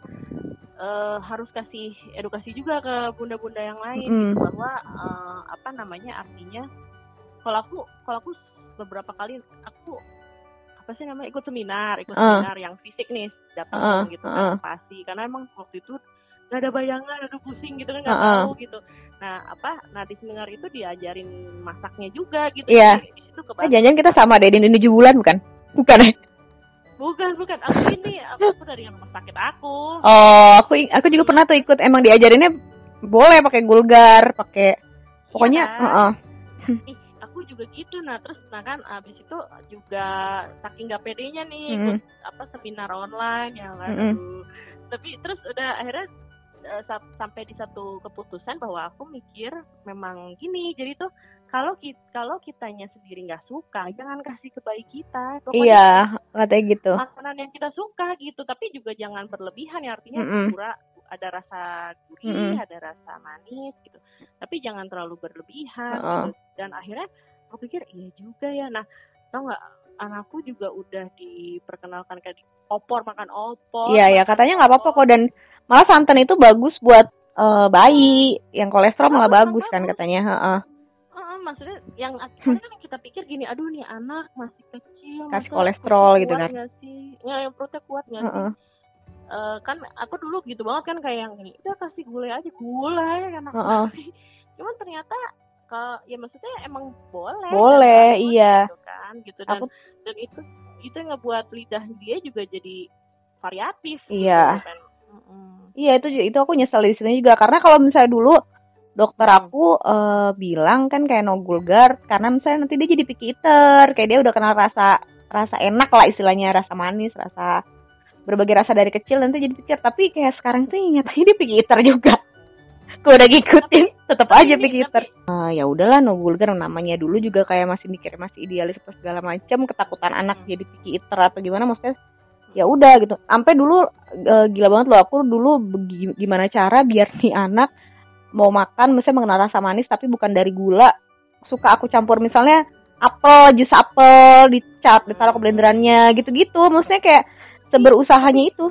Uh, harus kasih edukasi juga ke bunda-bunda yang lain mm. gitu, bahwa uh, apa namanya artinya kalau aku kalau aku beberapa kali aku apa sih namanya ikut seminar ikut uh. seminar yang fisik nih datang uh. gitu kan uh. pasti karena emang waktu itu nggak ada bayangan ada pusing gitu kan nggak uh. tahu gitu. Nah apa nah di seminar itu diajarin masaknya juga gitu. Iya. Di situ eh, jangan kita sama deh di tujuh bulan bukan bukan ya? Bukan, bukan. Aku ini, aku, aku dari rumah sakit aku. Oh, aku aku juga pernah tuh ikut. Emang diajarinnya boleh pakai gulgar, pakai pokoknya. Iya, kan? uh-uh. Ih, aku juga gitu. Nah, terus nah kan abis itu juga saking gak pedenya nih mm. ikut apa seminar online yang kan. Mm-hmm. Tapi terus udah akhirnya uh, sampai di satu keputusan bahwa aku mikir memang gini. Jadi tuh kalau kita kalau kitanya sendiri nggak suka jangan kasih ke bayi kita. Pokoknya iya katanya gitu makanan yang kita suka gitu tapi juga jangan berlebihan ya artinya mm-hmm. pura ada rasa gurih mm-hmm. ada rasa manis gitu tapi jangan terlalu berlebihan uh-uh. gitu. Dan akhirnya aku pikir iya juga ya. Nah tau nggak anakku juga udah diperkenalkan kayak di opor makan opor iya ya katanya nggak apa-apa kok dan malah santan itu bagus buat uh, bayi yang kolesterol malah bagus, bagus kan katanya. Uh-uh. Maksudnya yang akhirnya kan kita pikir gini, aduh nih anak masih kecil, kasih kolesterol gitu kan? Gak sih? Ya yang perutnya kuat nggak uh-uh. sih? Uh, kan aku dulu gitu banget kan kayak yang ini, udah kasih gulai aja gulai kan aku. Uh-uh. Cuman ternyata ke ya maksudnya emang boleh. Boleh, iya. Gitu kan, gitu dan aku... dan itu itu ngebuat lidah dia juga jadi variatif. Iya. Gitu kan? uh-uh. Iya itu itu aku nyesel di sini juga karena kalau misalnya dulu dokter aku uh, bilang kan kayak no gulgar karena misalnya nanti dia jadi picky eater, kayak dia udah kenal rasa rasa enak lah istilahnya, rasa manis, rasa berbagai rasa dari kecil nanti jadi picky eater. Tapi kayak sekarang tuh nyatanya dia picky eater juga. Gue udah ngikutin, tetap aja picky eater. Uh, ya udahlah no gulgar namanya dulu juga kayak masih mikir masih idealis atau segala macam, ketakutan anak jadi picky eater atau gimana maksudnya. Ya udah gitu. Sampai dulu uh, gila banget loh aku dulu begi, gimana cara biar nih anak mau makan misalnya mengenal rasa manis tapi bukan dari gula. Suka aku campur misalnya apel, jus apel dicap, ditaruh ke blenderannya gitu-gitu. Maksudnya kayak seberusahanya itu.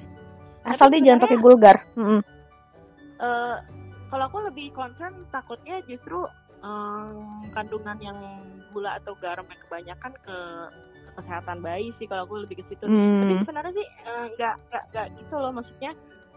Asal dia jangan pakai gulgar. Uh, kalau aku lebih concern takutnya justru um, kandungan yang gula atau garam yang kebanyakan ke, ke kesehatan bayi sih kalau aku lebih ke situ. Hmm. Tapi sebenarnya sih nggak uh, nggak nggak gitu loh maksudnya.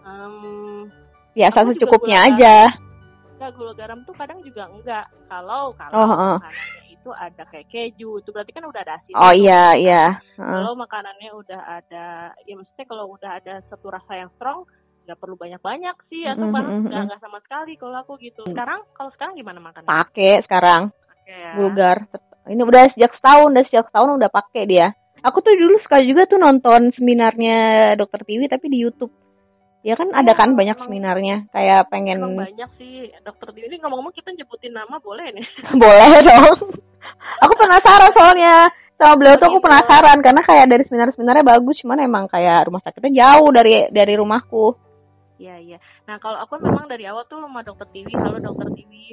Um, Ya asal secukupnya aja. Enggak, gula garam tuh kadang juga enggak. Kalau kalau oh, uh. makanannya itu ada kayak keju, itu berarti kan udah ada asin. Oh iya iya. Uh. Kalau makanannya udah ada, ya maksudnya kalau udah ada satu rasa yang strong, nggak perlu banyak-banyak sih, atau mm-hmm. bahkan nggak nggak sama sekali kalau aku gitu. Sekarang kalau sekarang gimana makannya? Pakai sekarang. Pakai ya. Gulgar. Ini udah sejak setahun, udah sejak setahun udah pakai dia. Aku tuh dulu sekali juga tuh nonton seminarnya dokter Tiwi tapi di YouTube. Ya kan ada Ya, kan banyak emang, seminarnya. Kayak pengen. Emang banyak sih dokter Tiwi. Ini ngomong-ngomong kita nyebutin nama boleh nih? Boleh dong. Aku penasaran soalnya sama beliau tuh aku penasaran karena kayak dari seminar-seminarnya bagus, cuman emang kayak rumah sakitnya jauh dari dari rumahku. Iya iya. Nah kalau aku memang dari awal tuh sama dokter Tiwi, halo dokter Tiwi.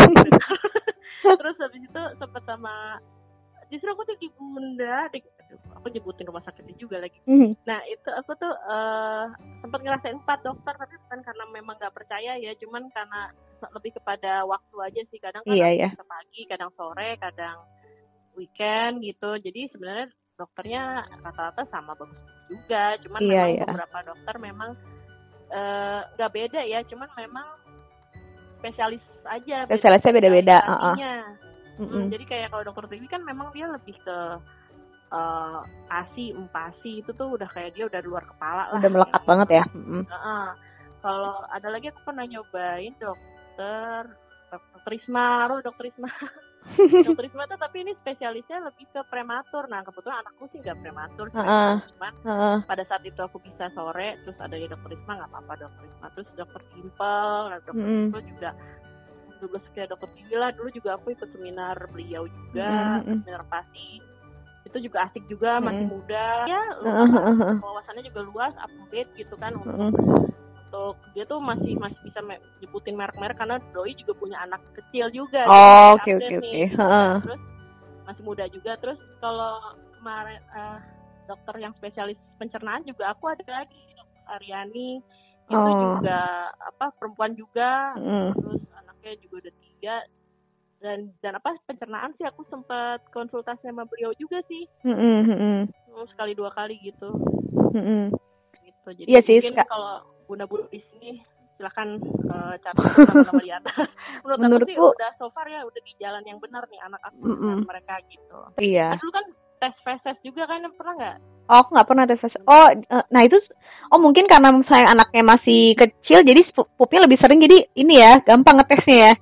Terus habis itu sempet sama, justru aku tuh di Bunda, di, aduh, aku nyebutin rumah sakitnya juga lagi. Mm-hmm. Nah itu aku tuh uh, sempat ngerasain empat dokter, tapi bukan karena memang nggak percaya ya, cuman karena lebih kepada waktu aja sih. Kadang kan iya, iya. pagi, kadang sore, kadang weekend gitu. Jadi sebenarnya dokternya rata-rata sama bagus juga, cuman iya, memang iya. beberapa dokter memang nggak uh, beda ya, cuman memang spesialis aja. Spesialisnya beda-beda. Uh-uh. Hmm, jadi kayak kalau dokter Tiwi kan memang dia lebih ke uh, asi, empasi itu tuh udah kayak dia udah di luar kepala lah. Udah melekat gitu. banget ya. Mm-hmm. Uh-uh. Kalau ada lagi aku pernah nyobain dokter dokter Risma, lo dokter Risma. Dokter Risma tuh tapi ini spesialisnya lebih ke prematur. Nah kebetulan anakku sih nggak prematur, uh-uh. cuman uh-uh. pada saat itu aku bisa sore, terus ada di dokter Risma nggak apa-apa dokter Risma. Terus dokter Dimple, dokter mm-hmm. Dimple juga dulu kayak dokter Tiwi lah, dulu juga aku ikut seminar beliau juga, mm-hmm. seminar pasti. Itu juga asik juga, mm-hmm. masih muda. Ya, uh-huh. wawasannya juga luas, update gitu kan untuk uh-huh. untuk dia tuh masih masih bisa nyebutin merek-merek karena doi juga punya anak kecil juga. Oh, oke oke oke. Terus masih muda juga. Terus kalau kemarin uh, dokter yang spesialis pencernaan juga aku ada lagi, dokter Aryani. Itu oh. juga apa perempuan juga, mm. terus anaknya juga udah tiga, dan dan apa pencernaan sih aku sempat konsultasi sama beliau juga sih, mm-hmm. sekali dua kali gitu, mm-hmm. gitu. Jadi iya mungkin sih, kalau bunda-bunda di sini silakan uh, catat sama lihat. Menurut Menurutku, aku sih udah so far ya udah di jalan yang benar nih anak aku mm-hmm. mereka gitu. Iya. Nah, dulu kan tes feses juga kan, pernah nggak? Oh, aku nggak pernah tes feses. Oh, uh, nah itu, oh mungkin karena saya anaknya masih kecil, jadi pupnya lebih sering, jadi ini ya, gampang ngetesnya ya.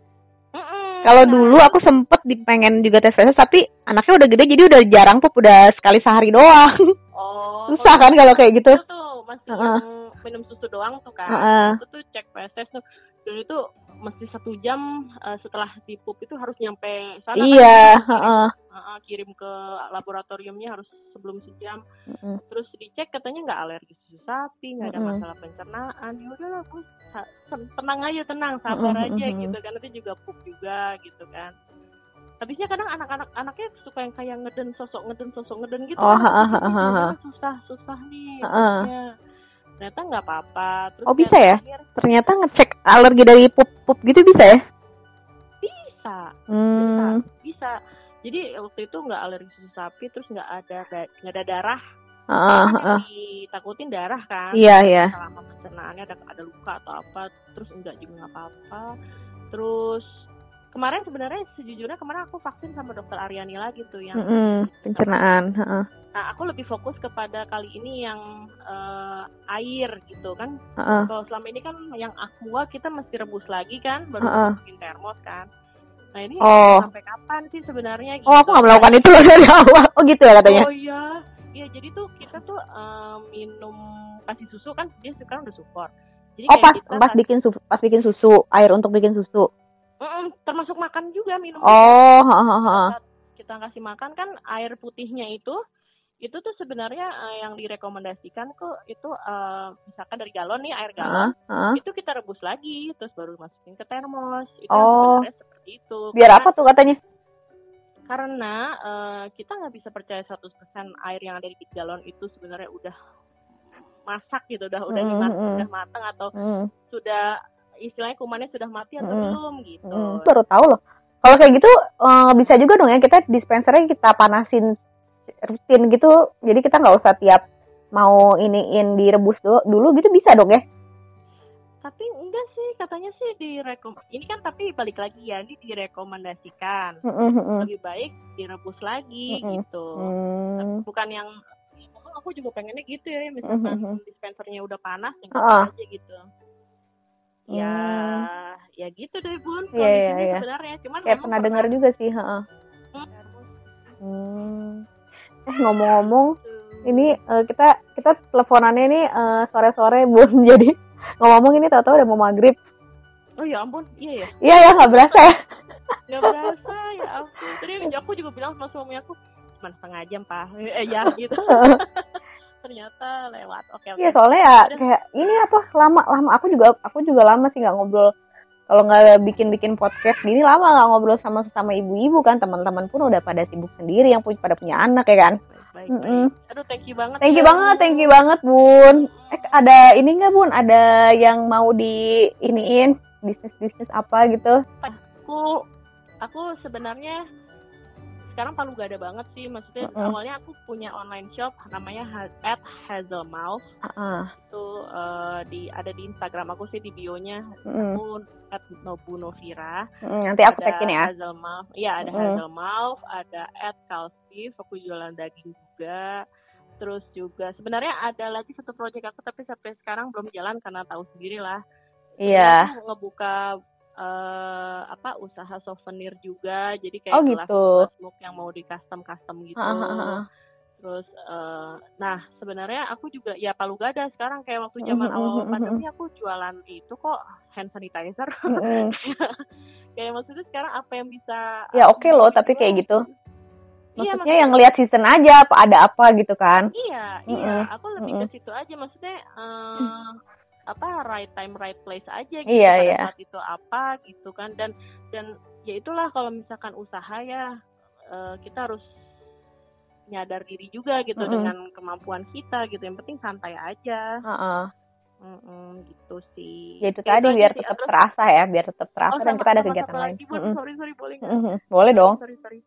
Kalau nah. dulu aku sempet pengen juga tes feses, tapi anaknya udah gede, jadi udah jarang pup, udah sekali sehari doang. Oh. Susah kan kalau kayak gitu. Itu tuh masih uh-uh. minum susu doang tuh kan. Uh-uh. Itu tuh cek feses tuh, dan itu mesti satu jam uh, setelah di pup itu harus nyampe sana. Iya. Kan, uh-uh. uh, kirim ke laboratoriumnya harus sebelum sejam. Uh-uh. Terus dicek katanya nggak alergi susu sapi, nggak ada uh-uh. masalah pencernaan. Ya udahlah bu, tenang aja, tenang, sabar uh-uh. aja gitu kan. Nanti juga pup juga gitu kan. Habisnya kadang anak-anak anaknya suka yang kayak ngeden sosok ngeden sosok ngeden gitu. Oh, kan. ha, ha, ha, ha. susah susah nih. Uh-uh. Ternyata nggak apa-apa. Terus oh bisa ya? Akhir, ternyata ngecek alergi dari pup-pup gitu bisa ya? Bisa, hmm. bisa, bisa. Jadi waktu itu nggak alergi susu sapi, terus nggak ada nggak ada darah. Uh, uh. Ditakutin darah kan? Iya iya. Selama pencernaannya ada ada luka atau apa, terus enggak juga nggak apa-apa. Terus kemarin sebenarnya sejujurnya kemarin aku vaksin sama dokter Aryani lagi tuh yang mm-hmm. pencernaan. Uh-uh. Nah aku lebih fokus kepada kali ini yang uh, air gitu kan. Uh-uh. Kalau selama ini kan yang aqua kita mesti rebus lagi kan, baru uh-uh. masukin termos kan. Nah ini oh. sampai kapan sih sebenarnya? Gitu. Oh aku nggak melakukan itu loh dari awal. Oh gitu ya katanya. Oh iya, iya jadi tuh kita tuh uh, minum kasih susu kan dia sekarang udah support. Jadi oh pas kita pas kasih... bikin susu, pas bikin susu air untuk bikin susu. Mm-mm, termasuk makan juga minum. Oh, ha, ha, ha. Kita kasih makan kan air putihnya itu, itu tuh sebenarnya uh, yang direkomendasikan kok itu uh, misalkan dari galon nih air galon, ha, ha. itu kita rebus lagi, terus baru masukin ke termos. Itu oh. sebenarnya seperti itu. Biar karena, apa tuh katanya? Karena uh, kita nggak bisa percaya seratus persen air yang ada di galon itu sebenarnya udah masak gitu, udah udah mm-hmm. dimasak, udah matang atau mm. sudah istilahnya kumannya sudah mati atau hmm. belum gitu. Hmm. Baru tahu loh. Kalau kayak gitu uh, bisa juga dong ya kita dispensernya kita panasin rutin gitu. Jadi kita nggak usah tiap mau iniin direbus dulu, dulu gitu bisa dong ya? Tapi enggak sih, katanya sih direkom. Ini kan tapi balik lagi ya, ini direkomendasikan. Mm-hmm. Lebih baik direbus lagi mm-hmm. gitu. Mm-hmm. Bukan yang aku juga pengennya gitu ya, misalkan mm-hmm. dispensernya udah panas, tinggal uh-uh. aja gitu. Ya, hmm. ya gitu deh Bun. Iya, iya, iya. Sebenarnya, cuman kayak pernah dengar juga sih, heeh. Hmm. Hmm. Eh ngomong-ngomong, ini uh, kita kita teleponannya ini uh, sore-sore Bun. Jadi ngomong-ngomong ini tahu-tahu udah mau maghrib. Oh ya ampun, iya ya. Iya ya, nggak berasa ya. Nggak berasa ya ampun. Tadi aku juga bilang sama suami aku cuma setengah jam Pak. Eh ya gitu. Ternyata lewat. Oke oke. Iya soalnya ya kayak ini apa lama lama aku juga aku juga lama sih nggak ngobrol. Kalau nggak bikin-bikin podcast gini lama nggak ngobrol sama sesama ibu-ibu kan, teman-teman pun udah pada sibuk sendiri yang punya pada punya anak ya kan. Baik, baik, baik. Aduh thank you banget. Thank you ya. banget, thank you banget Bun. Eh, ada ini nggak Bun? Ada yang mau di iniin bisnis-bisnis apa gitu? Aku aku sebenarnya sekarang palu gada banget sih, maksudnya uh-uh. awalnya aku punya online shop namanya at Hazelmouth. Uh-uh. Itu uh, di ada di Instagram aku sih, di bio-nya uh-uh. aku at Nobunovira. Uh, nanti aku tagin ya. Hazelmouth, iya ada uh-uh. Hazelmouth, ada at Calsif, aku jualan daging juga. Terus juga sebenarnya ada lagi satu proyek aku tapi sampai sekarang belum jalan karena tahu sendiri lah. Iya. Aku ngebuka Uh, apa usaha souvenir juga, jadi kayak oh, gitu. gelas yang mau di custom custom gitu. Ha-ha. Terus uh, nah sebenarnya aku juga ya palu gada sekarang, kayak waktu zaman mm-hmm. awal pandemi aku jualan itu kok hand sanitizer. Mm-hmm. Kayak maksudnya sekarang apa yang bisa ya oke okay loh tapi kayak gitu. Maksudnya, iya, maksudnya yang lihat season aja apa ada apa gitu kan. Iya mm-hmm. iya aku lebih mm-hmm. ke situ aja, maksudnya uh, apa right time right place aja gitu iya, pada iya. saat itu apa gitu kan, dan dan ya itulah kalau misalkan usaha ya uh, kita harus nyadar diri juga gitu mm-hmm. dengan kemampuan kita gitu, yang penting santai aja. Uh-uh. Mm-mm, gitu sih. Ya itu kayak tadi biar tetap terus, terasa ya, biar tetap terasa oh, dan kita ada kegiatan lain. Mm-hmm. Sorry sorry boleh nggak? Mm-hmm. Boleh dong. Sorry sorry.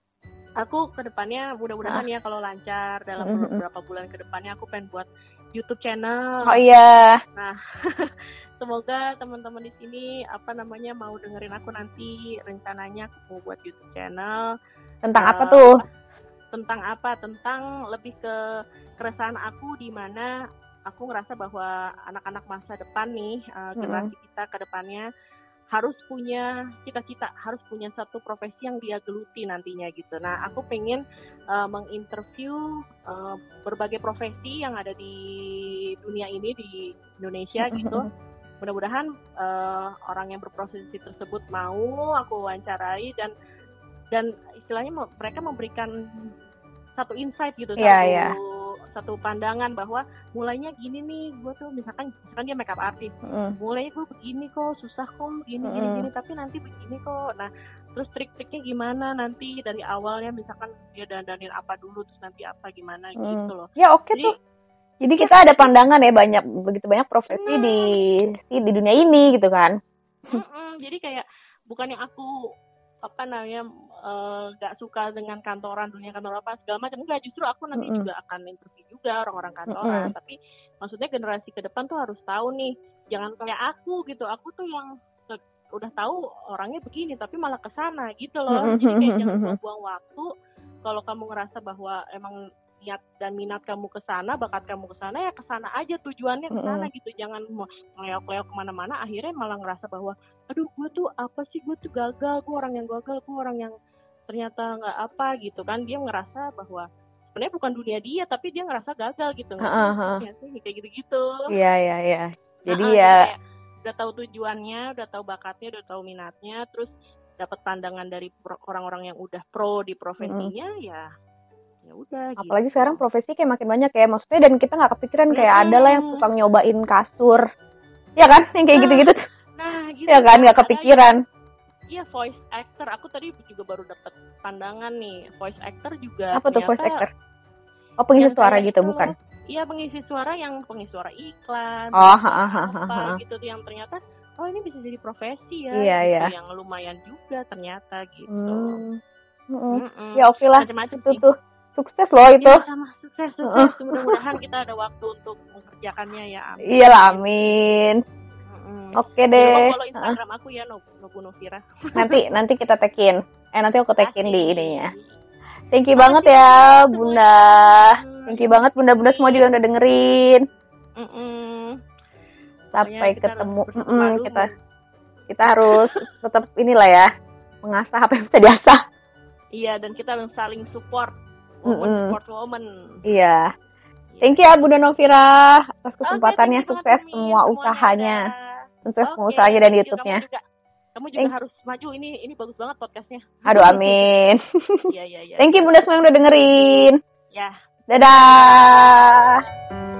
Aku kedepannya mudah-mudahan ah. ya kalau lancar dalam mm-hmm. beberapa bulan kedepannya aku pengen buat YouTube channel. Oh iya. Nah, semoga teman-teman di sini apa namanya mau dengerin aku nanti, rencananya aku mau buat YouTube channel. Tentang uh, apa tuh? Tentang apa? Tentang lebih ke keresahan aku di mana aku ngerasa bahwa anak-anak masa depan nih, uh, generasi mm-hmm. kita ke depannya harus punya cita-cita, harus punya satu profesi yang dia geluti nantinya gitu. Nah, aku pengen uh, menginterview uh, berbagai profesi yang ada di dunia ini, di Indonesia gitu. Mudah-mudahan uh, orang yang berprofesi tersebut mau aku wawancarai dan dan istilahnya mereka memberikan satu insight gitu, yeah, satu yeah. satu pandangan bahwa mulainya gini nih, gue tuh misalkan misalkan dia makeup artist, mm. mulainya gue begini kok, susah kok, gini mm. gini gini, tapi nanti begini kok. Nah, terus trik-triknya gimana nanti dari awalnya, misalkan dia dandanin apa dulu, terus nanti apa gimana mm. gitu loh. Ya oke okay tuh. Jadi kita ya, ada pandangan ya, banyak begitu banyak profesi nah. di di dunia ini gitu kan. Mm-mm, jadi kayak bukan yang aku apa namanya nggak uh, suka dengan kantoran, dunia kantoran apa segala macam, enggak, justru aku nanti mm-hmm. juga akan interview juga orang-orang kantoran, mm-hmm. tapi maksudnya generasi ke depan tuh harus tahu nih, jangan kayak aku gitu, aku tuh yang ke- udah tahu orangnya begini tapi malah kesana gitu loh, mm-hmm. jadi kayak jangan buang-buang waktu. Kalau kamu ngerasa bahwa emang niat dan minat kamu ke sana, bakat kamu ke sana, ya ke sana aja, tujuannya ke sana mm-hmm. gitu. Jangan ngeleok-leok kemana-mana akhirnya malah ngerasa bahwa aduh gue tuh apa sih, gue tuh gagal, gue orang yang gagal, gue orang yang ternyata nggak apa gitu kan. Dia ngerasa bahwa sebenarnya bukan dunia dia, tapi dia ngerasa gagal gitu, nggak uh-huh. sih kayak gitu-gitu. Iya iya iya. Jadi nah, ya kayak, udah tahu tujuannya, udah tahu bakatnya, udah tahu minatnya, terus dapat pandangan dari orang-orang yang udah pro di profesinya, mm-hmm. ya ya udah. Apalagi gitu. Sekarang profesi kayak makin banyak ya, maksudnya, dan kita nggak kepikiran hmm. kayak ada lah yang suka nyobain kasur, ya kan, yang kayak nah, gitu-gitu, nah gitu ya kan, nggak kepikiran. Iya, voice actor, aku tadi juga baru dapat pandangan nih, voice actor juga. Apa tuh voice actor? Oh, pengisi suara gitu, itu, bukan? Iya, pengisi suara yang pengisi suara iklan, oh, apa gitu yang ternyata, oh ini bisa jadi profesi ya, iya, gitu, iya. yang lumayan juga ternyata gitu. Hmm. Mm-mm. Ya oke lah, macam-macam itu sih. tuh sukses loh itu. Ya, sama sukses, sukses. Mudah-mudahan kita ada waktu untuk mengerjakannya ya. Amin. Iyalah, amin. Mm-hmm. Oke deh. Follow Instagram aku ya, Nobunovira. Nanti nanti kita tagin. Eh nanti aku tagin di ininya. Thank you Makasih banget ya, Bunda. Thank you banget Bunda-bunda semua juga udah dengerin. Mm-mm. Sampai kita ketemu. Kita kita harus tetap inilah ya, mengasah apa yang bisa diasah. Iya, dan kita saling support, woman mm-hmm. support woman. Iya. Thank you ya Bunda Novira atas kesempatannya, okay, sukses semua usahanya, sukses semua okay, usahanya dan YouTube-nya. Kamu juga, kamu juga harus maju, ini ini bagus banget podcastnya. Aduh, amin. Iya, iya, iya. Thank you Bunda semua yang udah dengerin. Ya. Dadah.